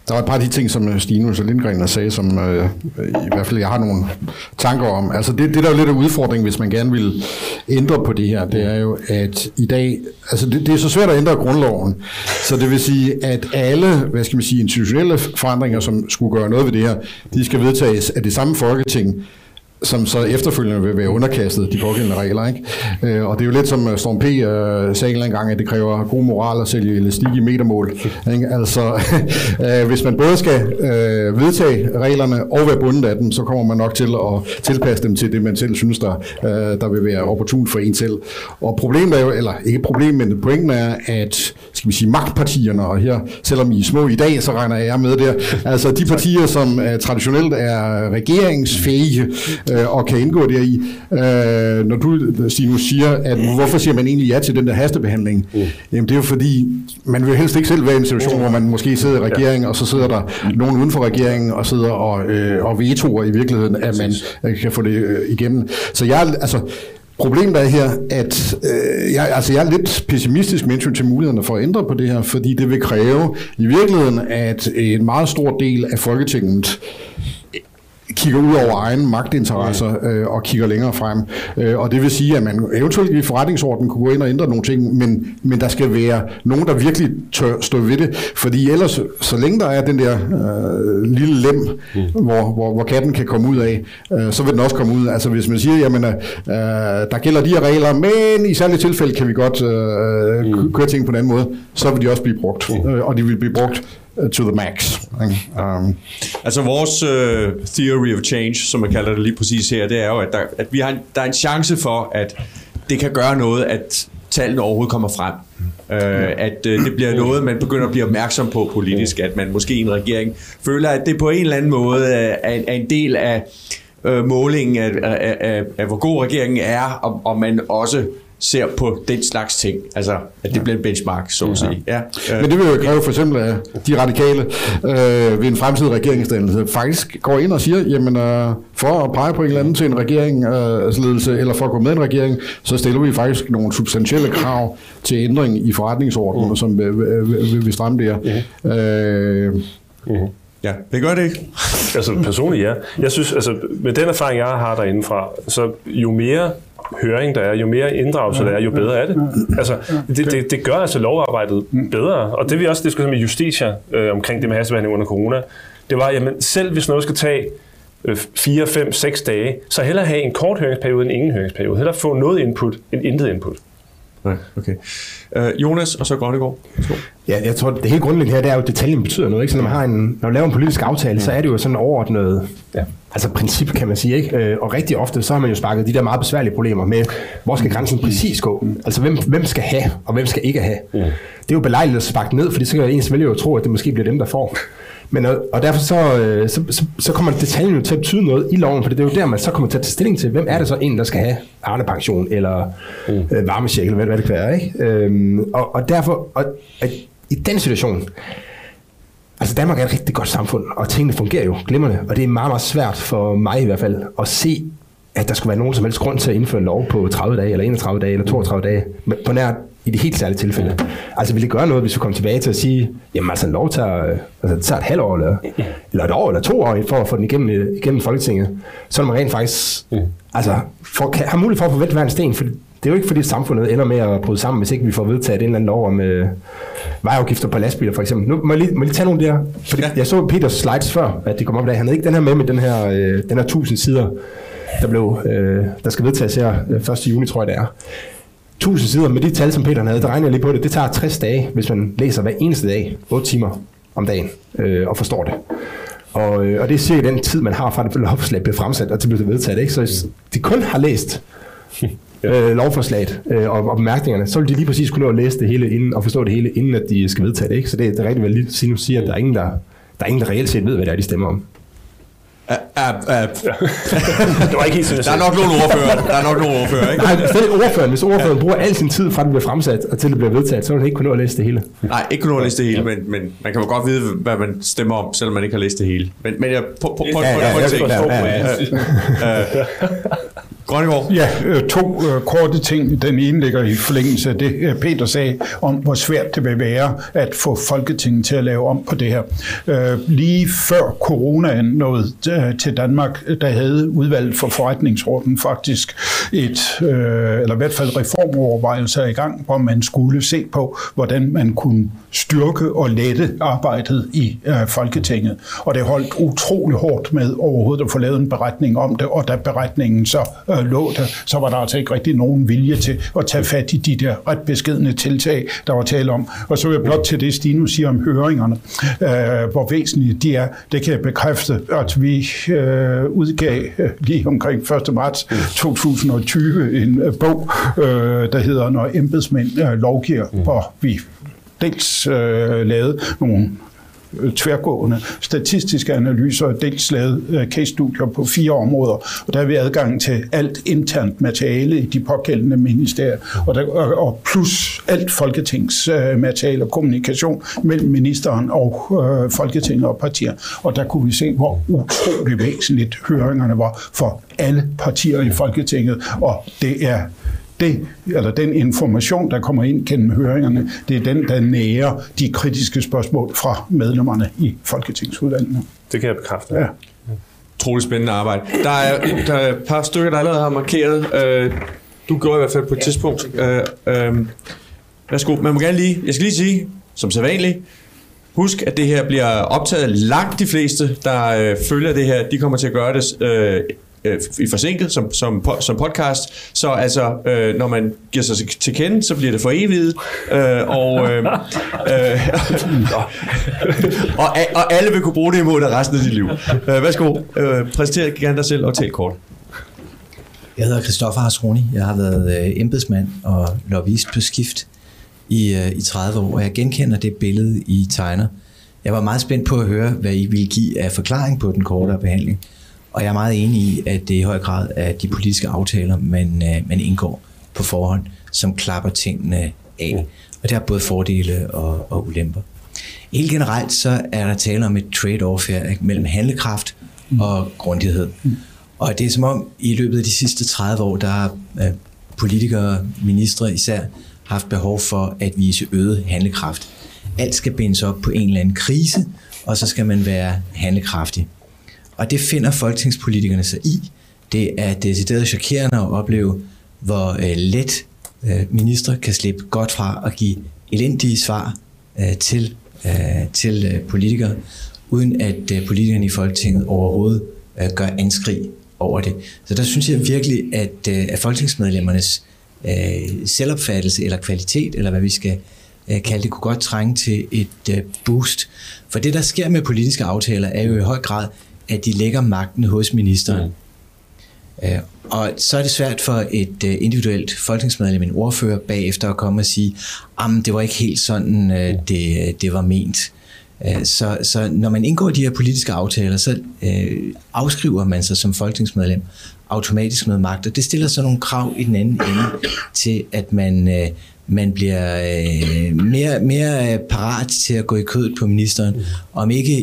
Der var et par af de ting, som Stinus og Lindgren sagde, som i hvert fald jeg har nogle tanker om. Altså det der er jo lidt af udfordringen, hvis man gerne vil ændre på det her, det er jo, at i dag, altså det er så svært at ændre grundloven, så det vil sige, at alle, hvad skal man sige, institutionelle forandringer, som skulle gøre noget ved det her, de skal vedtages af det samme Folketing, som så efterfølgende vil være underkastet de pågældende regler, ikke? Og det er jo lidt som Storm P. sagde en gang, at det kræver god moral at sælge elastik i metermål. Ikke? Altså, hvis man både skal vedtage reglerne og være bundet af dem, så kommer man nok til at tilpasse dem til det, man selv synes, der vil være opportunt for en selv. Og problemet er jo, eller ikke problem, men pointen er, at skal vi sige, magtpartierne, og her, selvom I er små i dag, så regner jeg med der, altså de partier, som traditionelt er regeringsfæhige, og kan indgå deri. Når du, Stinus, siger, at hvorfor siger man egentlig ja til den der hastebehandling? Jamen det er jo fordi, man vil helst ikke selv være i en situation, hvor man måske sidder i regeringen, og så sidder der nogen uden for regeringen, og sidder og vetoer i virkeligheden, at man kan få det igennem. Så problemet er her, at jeg er lidt pessimistisk med hensyn til mulighederne for at ændre på det her, fordi det vil kræve i virkeligheden, at en meget stor del af Folketinget kigger ud over egen magtinteresser og kigger længere frem. Og det vil sige, at man eventuelt i forretningsordenen kunne gå ind og ændre nogle ting, men der skal være nogen, der virkelig tør stå ved det. Fordi ellers, så længe der er den der lille lem, hvor katten kan komme ud af, så vil den også komme ud. Altså hvis man siger, jamen der gælder de her regler, men i særlige tilfælde kan vi godt køre ting på en anden måde, så vil de også blive brugt. Og de vil blive brugt to the max. Altså vores theory of change, som man kalder det lige præcis her, det er jo, at der er en chance for, at det kan gøre noget, at tallene overhovedet kommer frem. At det bliver noget, man begynder at blive opmærksom på politisk, at man måske i en regering føler, at det på en eller anden måde er en del af målingen af hvor god regeringen er, og man også ser på den slags ting. Altså, at det bliver en benchmark, så at sige. Ja. Men det vil jo kræve for eksempel, at de radikale ved en fremtidig regeringsdannelse faktisk går ind og siger, jamen for at pege på en eller anden til en regeringsledelse, eller for at gå med en regering, så stiller vi faktisk nogle substantielle krav til ændring i forretningsordenen, som vil stramme det her. Ja, det gør det ikke. Altså personligt, ja. Jeg synes, altså med den erfaring, jeg har derindefra, så jo mere høring der er, jo mere inddragelse der er, jo bedre er det. Altså, det gør altså lovarbejdet bedre. Og det vi også diskuterede med Justitia omkring det med hastebehandling under corona, det var, jamen selv hvis noget skal tage 4, 5, 6 dage, så hellere have en kort høringsperiode end ingen høringsperiode. Hellere få noget input end intet input. Okay. Jonas, og så Grønnegård. Ja, jeg tror, det helt grundlæggende her, det er jo, at detaljen betyder noget. Ikke? Så når man laver en politisk aftale, så er det jo sådan overordnet altså princip, kan man sige. Ikke? Og rigtig ofte, så har man jo sparket de der meget besværlige problemer med, hvor skal grænsen præcis gå? Altså, hvem skal have, og hvem skal ikke have? Det er jo belejligt at sparke ned, fordi så kan ens vælger jo tro, at det måske bliver dem, der får. Men, og derfor så kommer detaljen jo til at betyde noget i loven, for det er jo der, man så kommer til at tage stilling til, hvem er det så en, der skal have Arne-pension, eller varmecheck, eller hvad det kan være. Ikke? Og derfor, i den situation, altså Danmark er et rigtig godt samfund, og tingene fungerer jo glimrende, og det er meget, meget svært for mig i hvert fald, at se, at der skulle være nogen som helst grund til at indføre en lov på 30 dage, eller 31 dage, eller 32 dage, på nær i de helt særlige tilfælde. Altså vil det gøre noget, hvis vi kommer tilbage til at sige, jamen altså en lov tager et halvt år, eller et år, eller 2 år, for at få den igennem Folketinget, så man rent faktisk har mulighed for at få vendt hver en sten, for det er jo ikke fordi samfundet ender med at bryde sammen, hvis ikke vi får vedtaget en eller anden lov om vejafgifter på lastbiler for eksempel. Nu må jeg lige tage nogle der, fordi jeg så Peters slides før, at de kom op i dag. Han havde ikke den her med den her 1000 sider, der skal vedtages her 1. juni, tror jeg det er. 1000 sider med de tal, som Peter havde, der regner jeg lige på det. Det tager 60 dage, hvis man læser hver eneste dag, 8 timer om dagen, og forstår det. Og det er cirka den tid, man har fra det lovforslag bliver fremsat, og til bliver det vedtaget. Ikke? Så de kun har læst lovforslaget og bemærkningerne, så vil de lige præcis kunne nå at læse det hele inden, og forstå det hele, inden at de skal vedtage det. Ikke? Så det er rigtig vel lige at sige, at der er ingen, der reelt set ved, hvad det er, de stemmer om. Det var ikke helt sådan. Der er nok nogle ordfører. Ikke? Nej, selv ordføreren. Hvis ordføreren bruger al sin tid fra det bliver fremsat og til det bliver vedtaget, så vil han ikke kunne nå at læse det hele. Nej, ikke kunne nå at læse det hele, men man kan jo godt vide, hvad man stemmer om, selvom man ikke har læst det hele. Men jeg Grønnegård? Ja, to korte ting. Den ene ligger i forlængelse af det, Peter sagde, om hvor svært det vil være at få Folketinget til at lave om på det her. Lige før coronaen nåede til Danmark, der havde udvalget for forretningsordenen faktisk eller i hvert fald reformovervejelser i gang, hvor man skulle se på, hvordan man kunne styrke og lette arbejdet i Folketinget. Og det holdt utrolig hårdt med overhovedet at få lavet en beretning om det, og da beretningen så lå der, så var der altså ikke rigtig nogen vilje til at tage fat i de der ret beskedne tiltag, der var tale om. Og så vil jeg blot til det, Stine siger om høringerne, hvor væsentlige de er, det kan jeg bekræfte, at vi udgav lige omkring 1. marts 2020 en bog, der hedder Når embedsmænd lovgiver, hvor vi dels lavede nogle tværgående statistiske analyser, dels lavet case-studier på 4 områder, og der har vi adgang til alt internt materiale i de pågældende ministerier, og plus alt folketingsmateriale og kommunikation mellem ministeren og Folketinget og partier. Og der kunne vi se, hvor utrolig væsentligt høringerne var for alle partier i Folketinget, og det er den information, der kommer ind gennem høringerne, det er den, der nærer de kritiske spørgsmål fra medlemmerne i Folketingsudvalgene. Det kan jeg bekræfte. Ja. Utroligt spændende arbejde. Der er et par stykker, der allerede har markeret. Du gjorde i hvert fald på et tidspunkt. Værsgo, man må gerne jeg skal lige sige, som sædvanligt, husk, at det her bliver optaget. Langt de fleste, der følger det her, de kommer til at gøre det i forsinket som podcast, så altså når man giver sig til kende, så bliver det for evigt, og alle vil kunne bruge det imod det resten af dit liv. Værsgo, præsenter gerne dig selv og tal kort. Jeg hedder Christoffer Hasroni. Jeg har været embedsmand og lobbyist på skift i 30 år, og jeg genkender det billede, I tegner. Jeg var meget spændt på at høre, hvad I ville give af forklaring på den kortere behandling. Og jeg er meget enig i, at det i høj grad er de politiske aftaler, man indgår på forhånd, som klapper tingene af. Og det har både fordele og ulemper. Helt generelt så er der tale om et trade-off her mellem handlekraft og grundighed. Og det er som om, i løbet af de sidste 30 år, der har politikere, ministre især, haft behov for at vise øget handlekraft. Alt skal bindes op på en eller anden krise, og så skal man være handlekraftig. Og det finder folketingspolitikerne sig i. Det er decideret chokerende at opleve, hvor let ministre kan slippe godt fra at give elendige svar til politikere, uden at politikerne i Folketinget overhovedet gør anskrig over det. Så der synes jeg virkelig, at folketingsmedlemmernes selvopfattelse eller kvalitet, eller hvad vi skal kalde det, kunne godt trænge til et boost. For det, der sker med politiske aftaler, er jo i høj grad, at de lægger magten hos ministeren. Og så er det svært for et individuelt folketingsmedlem, en ordfører, bagefter at komme og sige, det var ikke helt sådan, det var ment. Så når man indgår de her politiske aftaler, så afskriver man sig som folketingsmedlem automatisk noget magt, og det stiller så nogle krav i den anden ende til, at man bliver mere parat til at gå i kødet på ministeren, om ikke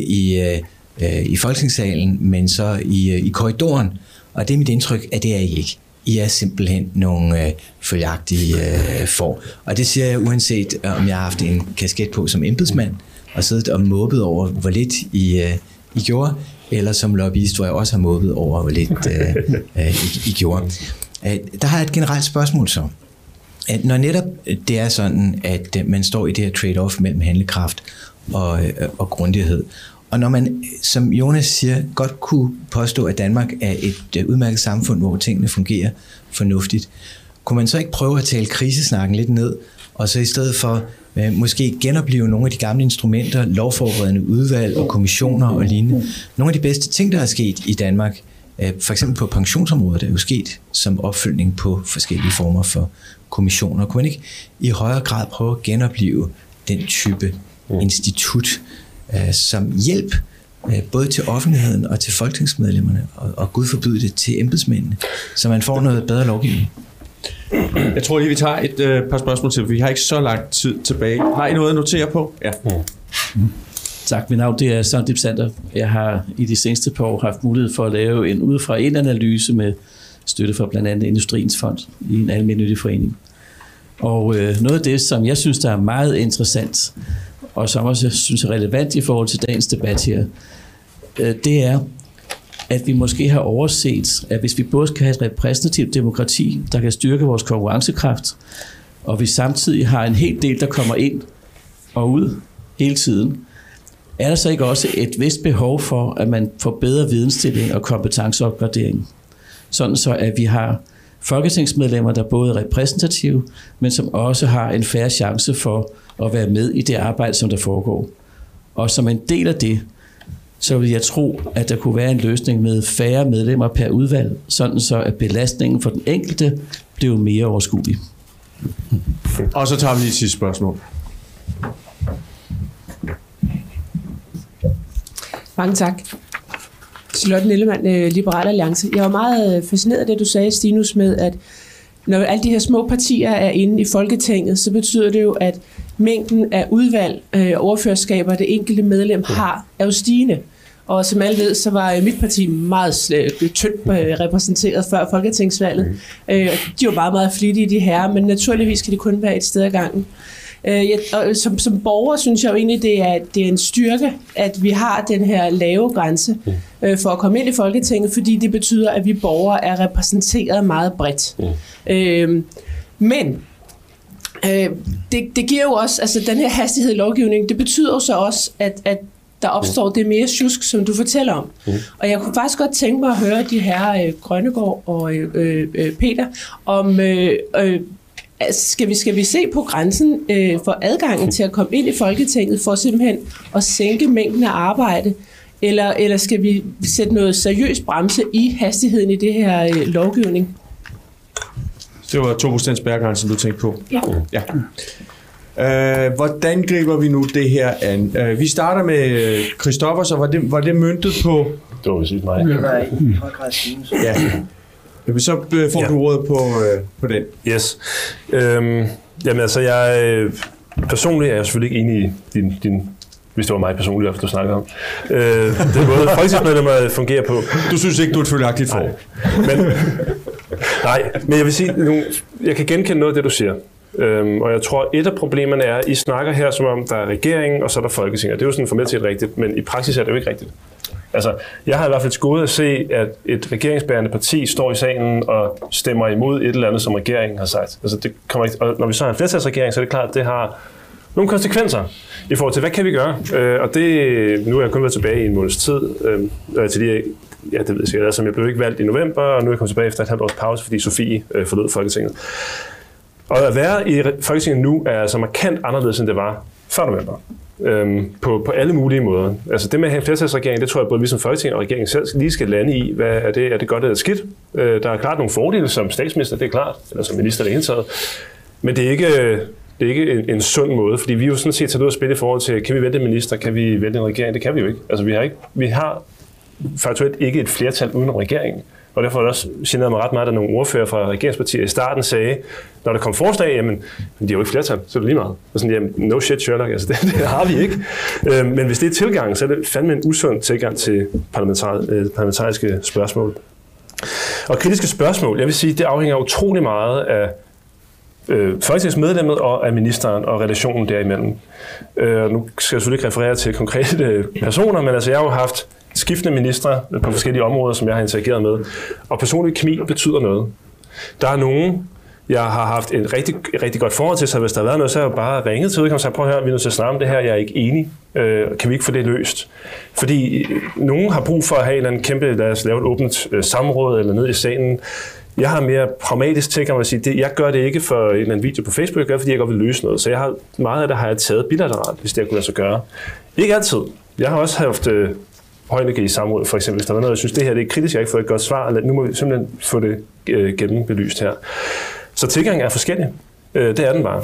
i Folketingssalen, men så i korridoren. Og det er mit indtryk, at det er I ikke. I er simpelthen nogle følgeagtige får. Og det siger jeg uanset, om jeg har haft en kasket på som embedsmand, og siddet og måbet over, hvor lidt I gjorde, eller som lobbyist, hvor jeg også har måbet over, hvor lidt I gjorde. Der har jeg et generelt spørgsmål så. At når netop det er sådan, at man står i det her trade-off mellem handlekraft og grundighed, og når man, som Jonas siger, godt kunne påstå, at Danmark er et udmærket samfund, hvor tingene fungerer fornuftigt, kunne man så ikke prøve at tale krisesnakken lidt ned, og så i stedet for måske genopleve nogle af de gamle instrumenter, lovforberedende udvalg og kommissioner og lignende. Nogle af de bedste ting, der er sket i Danmark, for eksempel på pensionsområdet, er jo sket som opfølgning på forskellige former for kommissioner. Kunne man ikke i højere grad prøve at genopleve den type institut som hjælp både til offentligheden og til folketingsmedlemmerne, og Gud forbyde det til embedsmændene, så man får noget bedre lovgivning? Jeg tror lige, vi tager et par spørgsmål til, vi har ikke så lang tid tilbage. Har I noget at notere på? Ja. Tak, mit navn det er Sandip Sander. Jeg har i de seneste par år haft mulighed for at lave en udefra en analyse med støtte fra blandt andet Industriens Fond i en almennyttig forening. Og noget af det, som jeg synes, der er meget interessant, og som også synes er relevant i forhold til dagens debat her, det er, at vi måske har overset, at hvis vi både skal have et repræsentativt demokrati, der kan styrke vores konkurrencekraft, og vi samtidig har en hel del, der kommer ind og ud hele tiden, er der så ikke også et vist behov for, at man får bedre vidensstilling og kompetenceopgradering, sådan så at vi har folketingsmedlemmer, der både er repræsentative, men som også har en fair chance for at være med i det arbejde, som der foregår. Og som en del af det, så vil jeg tro, at der kunne være en løsning med færre medlemmer per udvalg, sådan så at belastningen for den enkelte blev mere overskuelig. Og så tager vi lige et sidste spørgsmål. Mange tak. Charlotte Nellemann, Liberal Alliance. Jeg var meget fascineret af det, du sagde, Stinus, med at når alle de her små partier er inde i Folketinget, så betyder det jo, at mængden af udvalg og ordførerskaber, det enkelte medlem har, er jo stigende. Og som alle ved, så var mit parti meget tyndt repræsenteret før folketingsvalget. De var meget, meget flittige, de her, men naturligvis kan det kun være et sted ad gangen. Som borger synes jeg jo egentlig, det er en styrke, at vi har den her lave grænse for at komme ind i Folketinget, fordi det betyder, at vi borgere er repræsenteret meget bredt. Men det giver jo også, altså den her hastighed i lovgivningen, det betyder jo så også, at der opstår det mere sjusk, som du fortæller om. Og jeg kunne faktisk godt tænke mig at høre de her Grønnegård og Peter, om skal vi se på grænsen for adgangen til at komme ind i Folketinget for simpelthen at sænke mængden af arbejde, eller skal vi sætte noget seriøst bremse i hastigheden i det her lovgivning? Det var 2% spærregrænsen, du tænkte på. Ja. Hvordan griber vi nu det her an? Vi starter med Christoffer, så var det møntet på... Det var vist ikke mig. Ja. Så får du ordet på den. Yes. Jamen altså, jeg personligt er jeg selvfølgelig ikke enig i din hvis det var mig personligt, du snakkede om. Den måde folketingsmedlemmer fungerer på. Du synes ikke, du er et følgeagtigt for? Nej, men jeg vil sige, jeg kan genkende noget af det, du siger. Og jeg tror, et af problemerne er, at I snakker her, som om der er regeringen, og så er der Folketinget. Det er jo sådan formelt set rigtigt, men i praksis er det jo ikke rigtigt. Altså, jeg har i hvert fald skudt at se, at et regeringsbærende parti står i salen og stemmer imod et eller andet, som regeringen har sagt. Altså, det kommer ikke, og når vi så har en flertalsregering, så er det klart, at det har nogle konsekvenser i forhold til, hvad kan vi gøre? Og det, nu er jeg kun været tilbage i en måneds tid, til de, ja, det ved jeg, altså, jeg blev ikke valgt i november, og nu er jeg kommet tilbage efter et halvt års pause, fordi Sofie forlod Folketinget. Og at være i Folketinget nu er altså markant anderledes, end det var før november. På alle mulige måder. Altså det med at have en flertalsregering, det tror jeg både vi som Folketing og regeringen selv lige skal lande i. Hvad er det godt eller skidt? Der er klart nogle fordele som statsminister, det er klart, eller som minister det hele taget. Men det er ikke en sund måde, fordi vi er jo sådan set taget ud at spille i forhold til, kan vi vælge en minister, kan vi vælge en regering? Det kan vi jo ikke. Altså vi har faktuelt ikke et flertal uden regeringen. Og derfor har det også generet mig ret meget, at nogle ordfører fra regeringspartier i starten sagde, når der kom forslag, jamen, de har jo ikke flertal, så er det lige meget. Og sådan, jamen, no shit, Sherlock, altså det har vi ikke. Men hvis det er tilgang, så er det fandme en usund tilgang til parlamentariske spørgsmål. Og kritiske spørgsmål, jeg vil sige, det afhænger utrolig meget af folketingsmedlemmet og af ministeren og relationen derimellem. Nu skal jeg selvfølgelig ikke referere til konkrete personer, men altså jeg har jo haft skiftende ministre på forskellige områder, som jeg har interageret med. Og personlig kemi betyder noget. Der er nogen, jeg har haft et rigtig godt forhold til, så hvis der har været noget, så har jeg bare ringet til udkomst og sagt, prøv at høre, vi er nødt til at snakke om det her, jeg er ikke enig. Kan vi ikke få det løst? Fordi nogen har brug for at have en eller anden kæmpe, lad os lave et åbent samråd eller ned i salen. Jeg har mere pragmatisk tilgang at sige, jeg gør det ikke for en eller anden video på Facebook, jeg gør det, fordi jeg godt vil løse noget. Så jeg har meget af det har jeg taget bilateralt, hvis det jeg kunne lade sig gøre. Ikke altid. Jeg har også haft højnægge i samråd, for eksempel, hvis der var noget, jeg synes, det her det er kritisk, jeg har ikke fået et godt svar, nu må vi simpelthen få det gennembelyst her. Så tilgangen er forskellig. Det er den bare.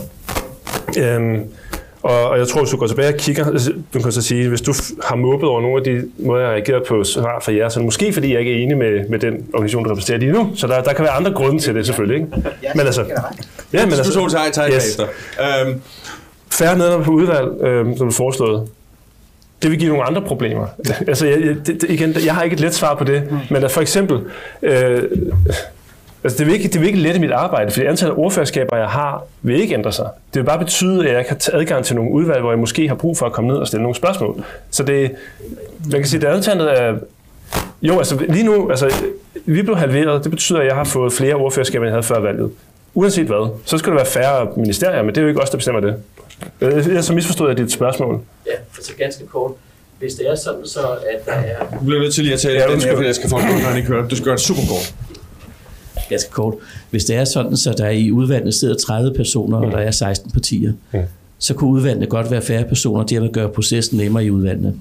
Og jeg tror, hvis du går tilbage og kigger, du kan så sige, hvis du har måbet over nogle af de måder, jeg har reageret på svar fra jer, så er det måske, fordi jeg ikke er enig med den organisation, der repræsenterer lige nu. Så der kan være andre grunde til det, selvfølgelig. Ikke? Men altså... Ja, men altså... Yes. Færre nedad på udvalg, som er foreslået. Det vil give nogle andre problemer. Altså, igen, jeg har ikke et let svar på det, men for eksempel, Altså, det vil ikke lette mit arbejde, for antallet af ordførerskaber, jeg har, vil ikke ændre sig. Det vil bare betyde, at jeg kan tage adgang til nogle udvalg, hvor jeg måske har brug for at komme ned og stille nogle spørgsmål. Så det, man kan sige, det antallet af... Jo, altså lige nu, altså, vi blev halveret. Det betyder, at jeg har fået flere ordførerskaber, end jeg havde før valget. Uanset hvad, så skal der være færre ministerier, men det er jo ikke os, der bestemmer det. Jeg så misforstod jeg dit spørgsmål. Ja, for så ganske kort. Hvis det er sådan, så at der er... Du bliver nødt til lige at tale den her, for jeg skal få noget, når han ikke hører. Du skal gøre det super kort. Ganske kort. Hvis det er sådan, så der i udvalget sidder 30 personer, og der er 16 partier, så kunne udvalgene godt være færre personer, de vil gøre processen nemmere i udvalgene.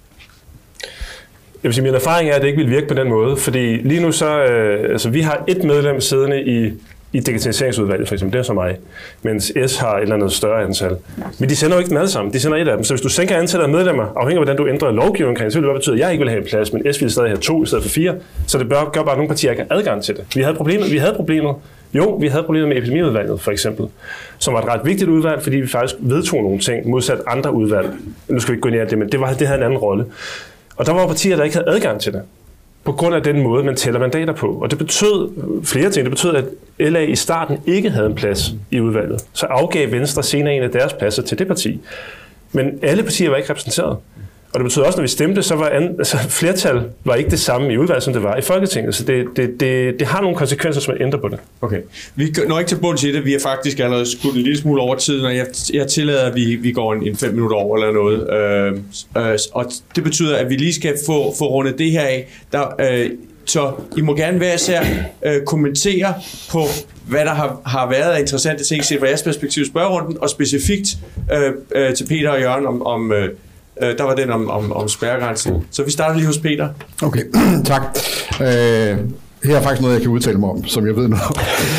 Jeg vil sige, min erfaring er, at det ikke vil virke på den måde, fordi lige nu så, altså vi har et medlem siddende i digitaliseringsudvalget, for eksempel, det er så mig, mens S har et eller andet større antal. Men de sender jo ikke dem alle sammen, de sender et af dem. Så hvis du sænker antallet af medlemmer, afhængig af hvordan du ændrer lovgivningen, så vil det bare betyde, at jeg ikke vil have en plads, men S vil stadig have 2 i stedet for 4. Så det gør bare, at nogle partier ikke har adgang til det. Vi havde problemet med epidemiudvalget, for eksempel, som var et ret vigtigt udvalg, fordi vi faktisk vedtog nogle ting, modsat andre udvalg. Nu skal vi ikke gå ind i det, men det havde en anden rolle. Og der var partier, der ikke havde adgang til det, på grund af den måde, man tæller mandater på. Og det betød flere ting. Det betød, at LA i starten ikke havde en plads i udvalget. Så afgav Venstre senere en af deres pladser til det parti. Men alle partier var ikke repræsenteret. Og det betød også, når vi stemte, så var flertal var ikke det samme i udvalget, som det var i Folketinget. Så det har nogle konsekvenser, som man ændrer på det. Okay. Vi når ikke til bunds i det. Vi er faktisk allerede skudt en lille smule over tiden, og jeg tillader, at vi går en 5 minutter over eller noget. Og det betyder, at vi lige skal få rundet det her af. Så I må gerne hver især kommentere på, hvad der har været af interessante ting set fra jeres perspektiv spørgerunden, og specifikt til Peter og Jørgen om der var den om spærregrænsen. Så vi starter lige hos Peter. Okay, tak. Her er faktisk noget, jeg kan udtale mig om, som jeg ved noget om.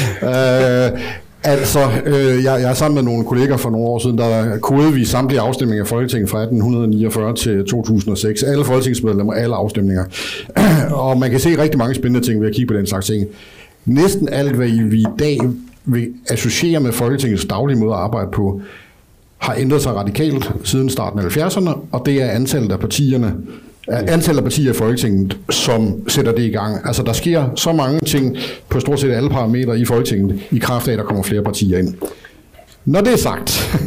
Jeg er sammen med nogle kolleger for nogle år siden, der kodede vi samtlige afstemninger i Folketinget fra 1849 til 2006. Alle folketingsmedlemmer, alle afstemninger. Og man kan se rigtig mange spændende ting ved at kigge på den slags ting. Næsten alt, hvad vi i dag vil associere med Folketingets daglige måde at arbejde på, har ændret sig radikalt siden starten af 70'erne, og det er antallet af partier i Folketinget, som sætter det i gang. Altså, der sker så mange ting på stort set alle parametre i Folketinget, i kraft af, at der kommer flere partier ind. Når det er sagt,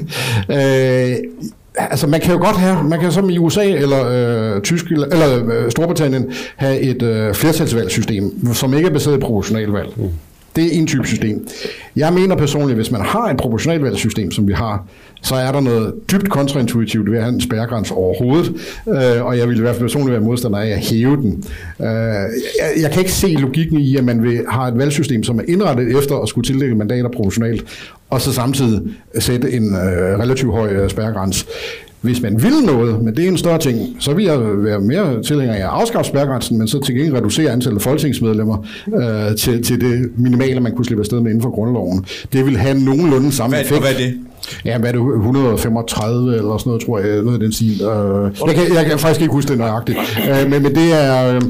altså man kan jo godt man kan som i USA eller Tyskland eller Storbritannien have et flertalsvalgsystem, som ikke er baseret i proportionalvalg. Det er en type system. Jeg mener personligt, at hvis man har et proportionalvalgssystem, som vi har, så er der noget dybt kontraintuitivt ved at have en spærregrænse overhovedet, og jeg vil i hvert fald personligt være modstander af at hæve den. Jeg kan ikke se logikken i, at man har et valgsystem, som er indrettet efter at skulle tildele mandater proportionalt, og så samtidig sætte en relativt høj spærregrænse. Hvis man vil noget, men det er en større ting, så vil jeg være mere tilhænger af at afskaffe spærregrænsen, men så til gengæld reducere antallet af folketingsmedlemmer til det minimale, man kunne slippe afsted med inden for grundloven. Det vil have nogenlunde samme effekt. Hvad er det? Ja, hvad er det? 135 eller sådan noget, tror jeg, noget af den stil. Jeg kan faktisk ikke huske det nøjagtigt. Men det er,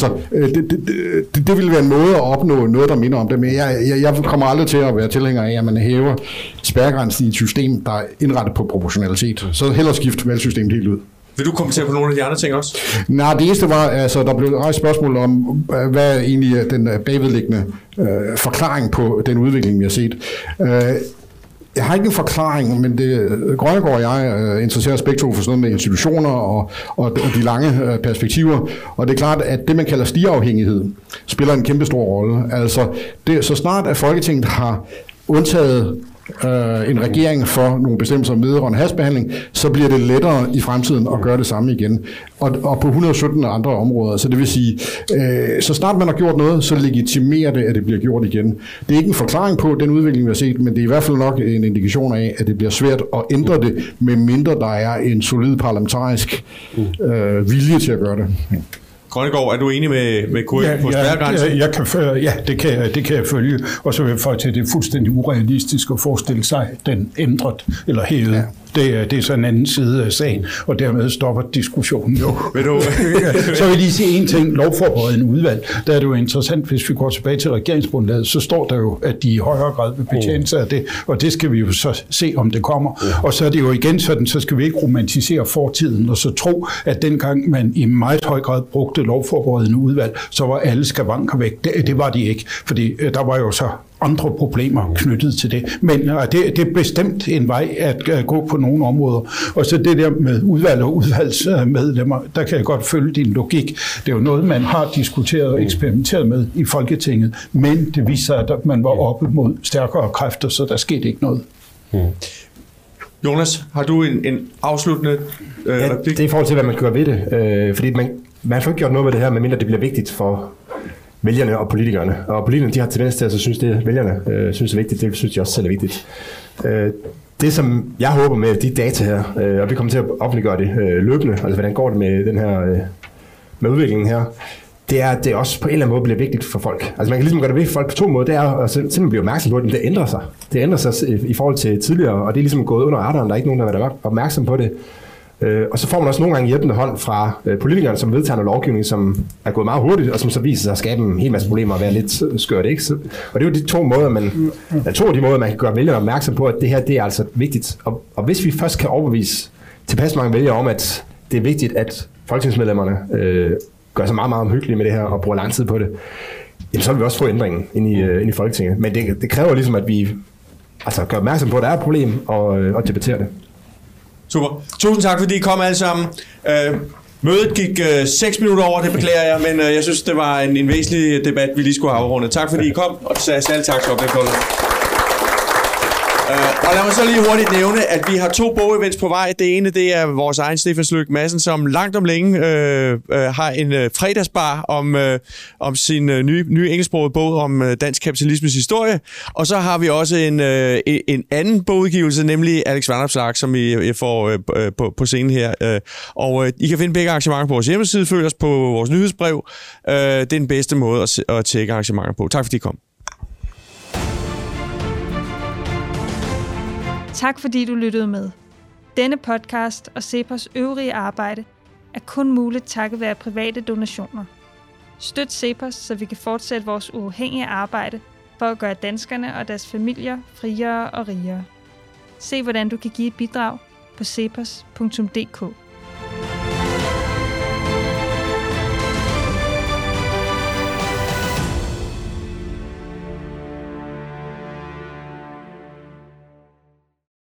det vil være en måde at opnå noget, der minder om det. Men jeg kommer aldrig til at være tilhænger af, at man hæver spærregrænsen i et system, der er indrettet på proportionalitet. Så hellere skifte valgsystemet helt ud. Vil du kommentere på nogle af de andre ting også? Nej, det eneste var, altså der blev rejst spørgsmål om, hvad er egentlig den bagvedliggende forklaring på den udvikling, vi har set. Jeg har ikke en forklaring, men Grønnegård og jeg interesserer os begge to for sådan noget med institutioner og de lange perspektiver. Og det er klart, at det, man kalder stigeafhængighed, spiller en kæmpe stor rolle. Altså, så snart at Folketinget har undtaget en regering for nogle bestemmelser om vedrørende hastebehandling, så bliver det lettere i fremtiden at gøre det samme igen. Og på 117 andre områder. Så det vil sige, så snart man har gjort noget, så legitimerer det, at det bliver gjort igen. Det er ikke en forklaring på den udvikling, vi har set, men det er i hvert fald nok en indikation af, at det bliver svært at ændre det, medmindre der er en solid parlamentarisk vilje til at gøre det. Grønnegård, er du enig med KF på spærregrænsen? Ja, det kan jeg følge. Og så vil jeg få til, det er fuldstændig urealistisk at forestille sig, den ændret eller hævet Det er så en anden side af sagen, og dermed stopper diskussionen jo. Så vil jeg lige sige en ting. Lovforberedende udvalg, der er det jo interessant, hvis vi går tilbage til regeringsgrundlaget, så står der jo, at de i højere grad vil betjene sig af det, og det skal vi jo så se, om det kommer. Og så er det jo igen sådan, så skal vi ikke romantisere fortiden, og så tro, at dengang man i meget høj grad brugte lovforberedende udvalg, så var alle skavanker væk. Det var de ikke, fordi der var jo så andre problemer knyttet til det. Men det er bestemt en vej at gå på nogle områder. Og så det der med udvalg og udvalgsmedlemmer, der kan jeg godt følge din logik. Det er jo noget, man har diskuteret og eksperimenteret med i Folketinget, men det viser sig, at man var oppe mod stærkere kræfter, så der skete ikke noget. Jonas, har du en afsluttende replik? Det er i forhold til, hvad man gør ved det. Fordi man får ikke gjort noget med det her, medmindre det bliver vigtigt for vælgerne og politikerne. Og politikerne, de har tendens til at synes, det vælgerne synes er vigtigt, det synes de også selv er vigtigt. Det, som jeg håber med de data her, og vi kommer til at offentliggøre det løbende, altså hvordan går det med den her med udviklingen her, det er, at det også på en eller anden måde bliver vigtigt for folk. Altså man kan ligesom gøre det vigtigt for folk på to måder. Det er at simpelthen blive opmærksom på, at det ændrer sig. Det ændrer sig i forhold til tidligere, og det er ligesom gået under radaren. Der er ikke nogen, der har været opmærksom på det. Og så får man også nogle gange hjælpende hånd fra politikerne, som vedtager noget lovgivning, som er gået meget hurtigt, og som så viser sig at skabe en hel masse problemer og være lidt skørt, ikke? Og det er jo de to måder, man kan gøre vælgerne opmærksom på, at det her, det er altså vigtigt. Og hvis vi først kan overbevise tilpas mange vælgere om, at det er vigtigt, at folketingsmedlemmerne gør sig meget, meget omhyggelige med det her og bruger lang tid på det, jamen, så vil vi også få ændringen ind i Folketinget. Men det kræver ligesom, at vi gør opmærksom på, at der er et problem, og debatterer det. Super. Tusind tak, fordi I kom alle sammen. Mødet gik 6 minutter over, det beklager jeg, men jeg synes, det var en væsentlig debat, vi lige skulle have afrundet. Tak fordi I kom, og særlig tak til oplægsholdet. Og lad mig så lige hurtigt nævne, at vi har 2 bogevents på vej. Det ene, det er vores egen Stefan Sløk Madsen, som langt om længe har en fredagsbar om sin nye engelsksprogede bog om dansk kapitalismes historie. Og så har vi også en anden bogudgivelse, nemlig Alex Vanopslagh, som I får på scenen her. Og I kan finde begge arrangementer på vores hjemmeside, følg os på vores nyhedsbrev. Det er den bedste måde at tjekke arrangementer på. Tak fordi I kom. Tak fordi du lyttede med. Denne podcast og CEPOS øvrige arbejde er kun muligt takket være private donationer. Støt CEPOS, så vi kan fortsætte vores uafhængige arbejde for at gøre danskerne og deres familier friere og rigere. Se hvordan du kan give et bidrag på cepos.dk.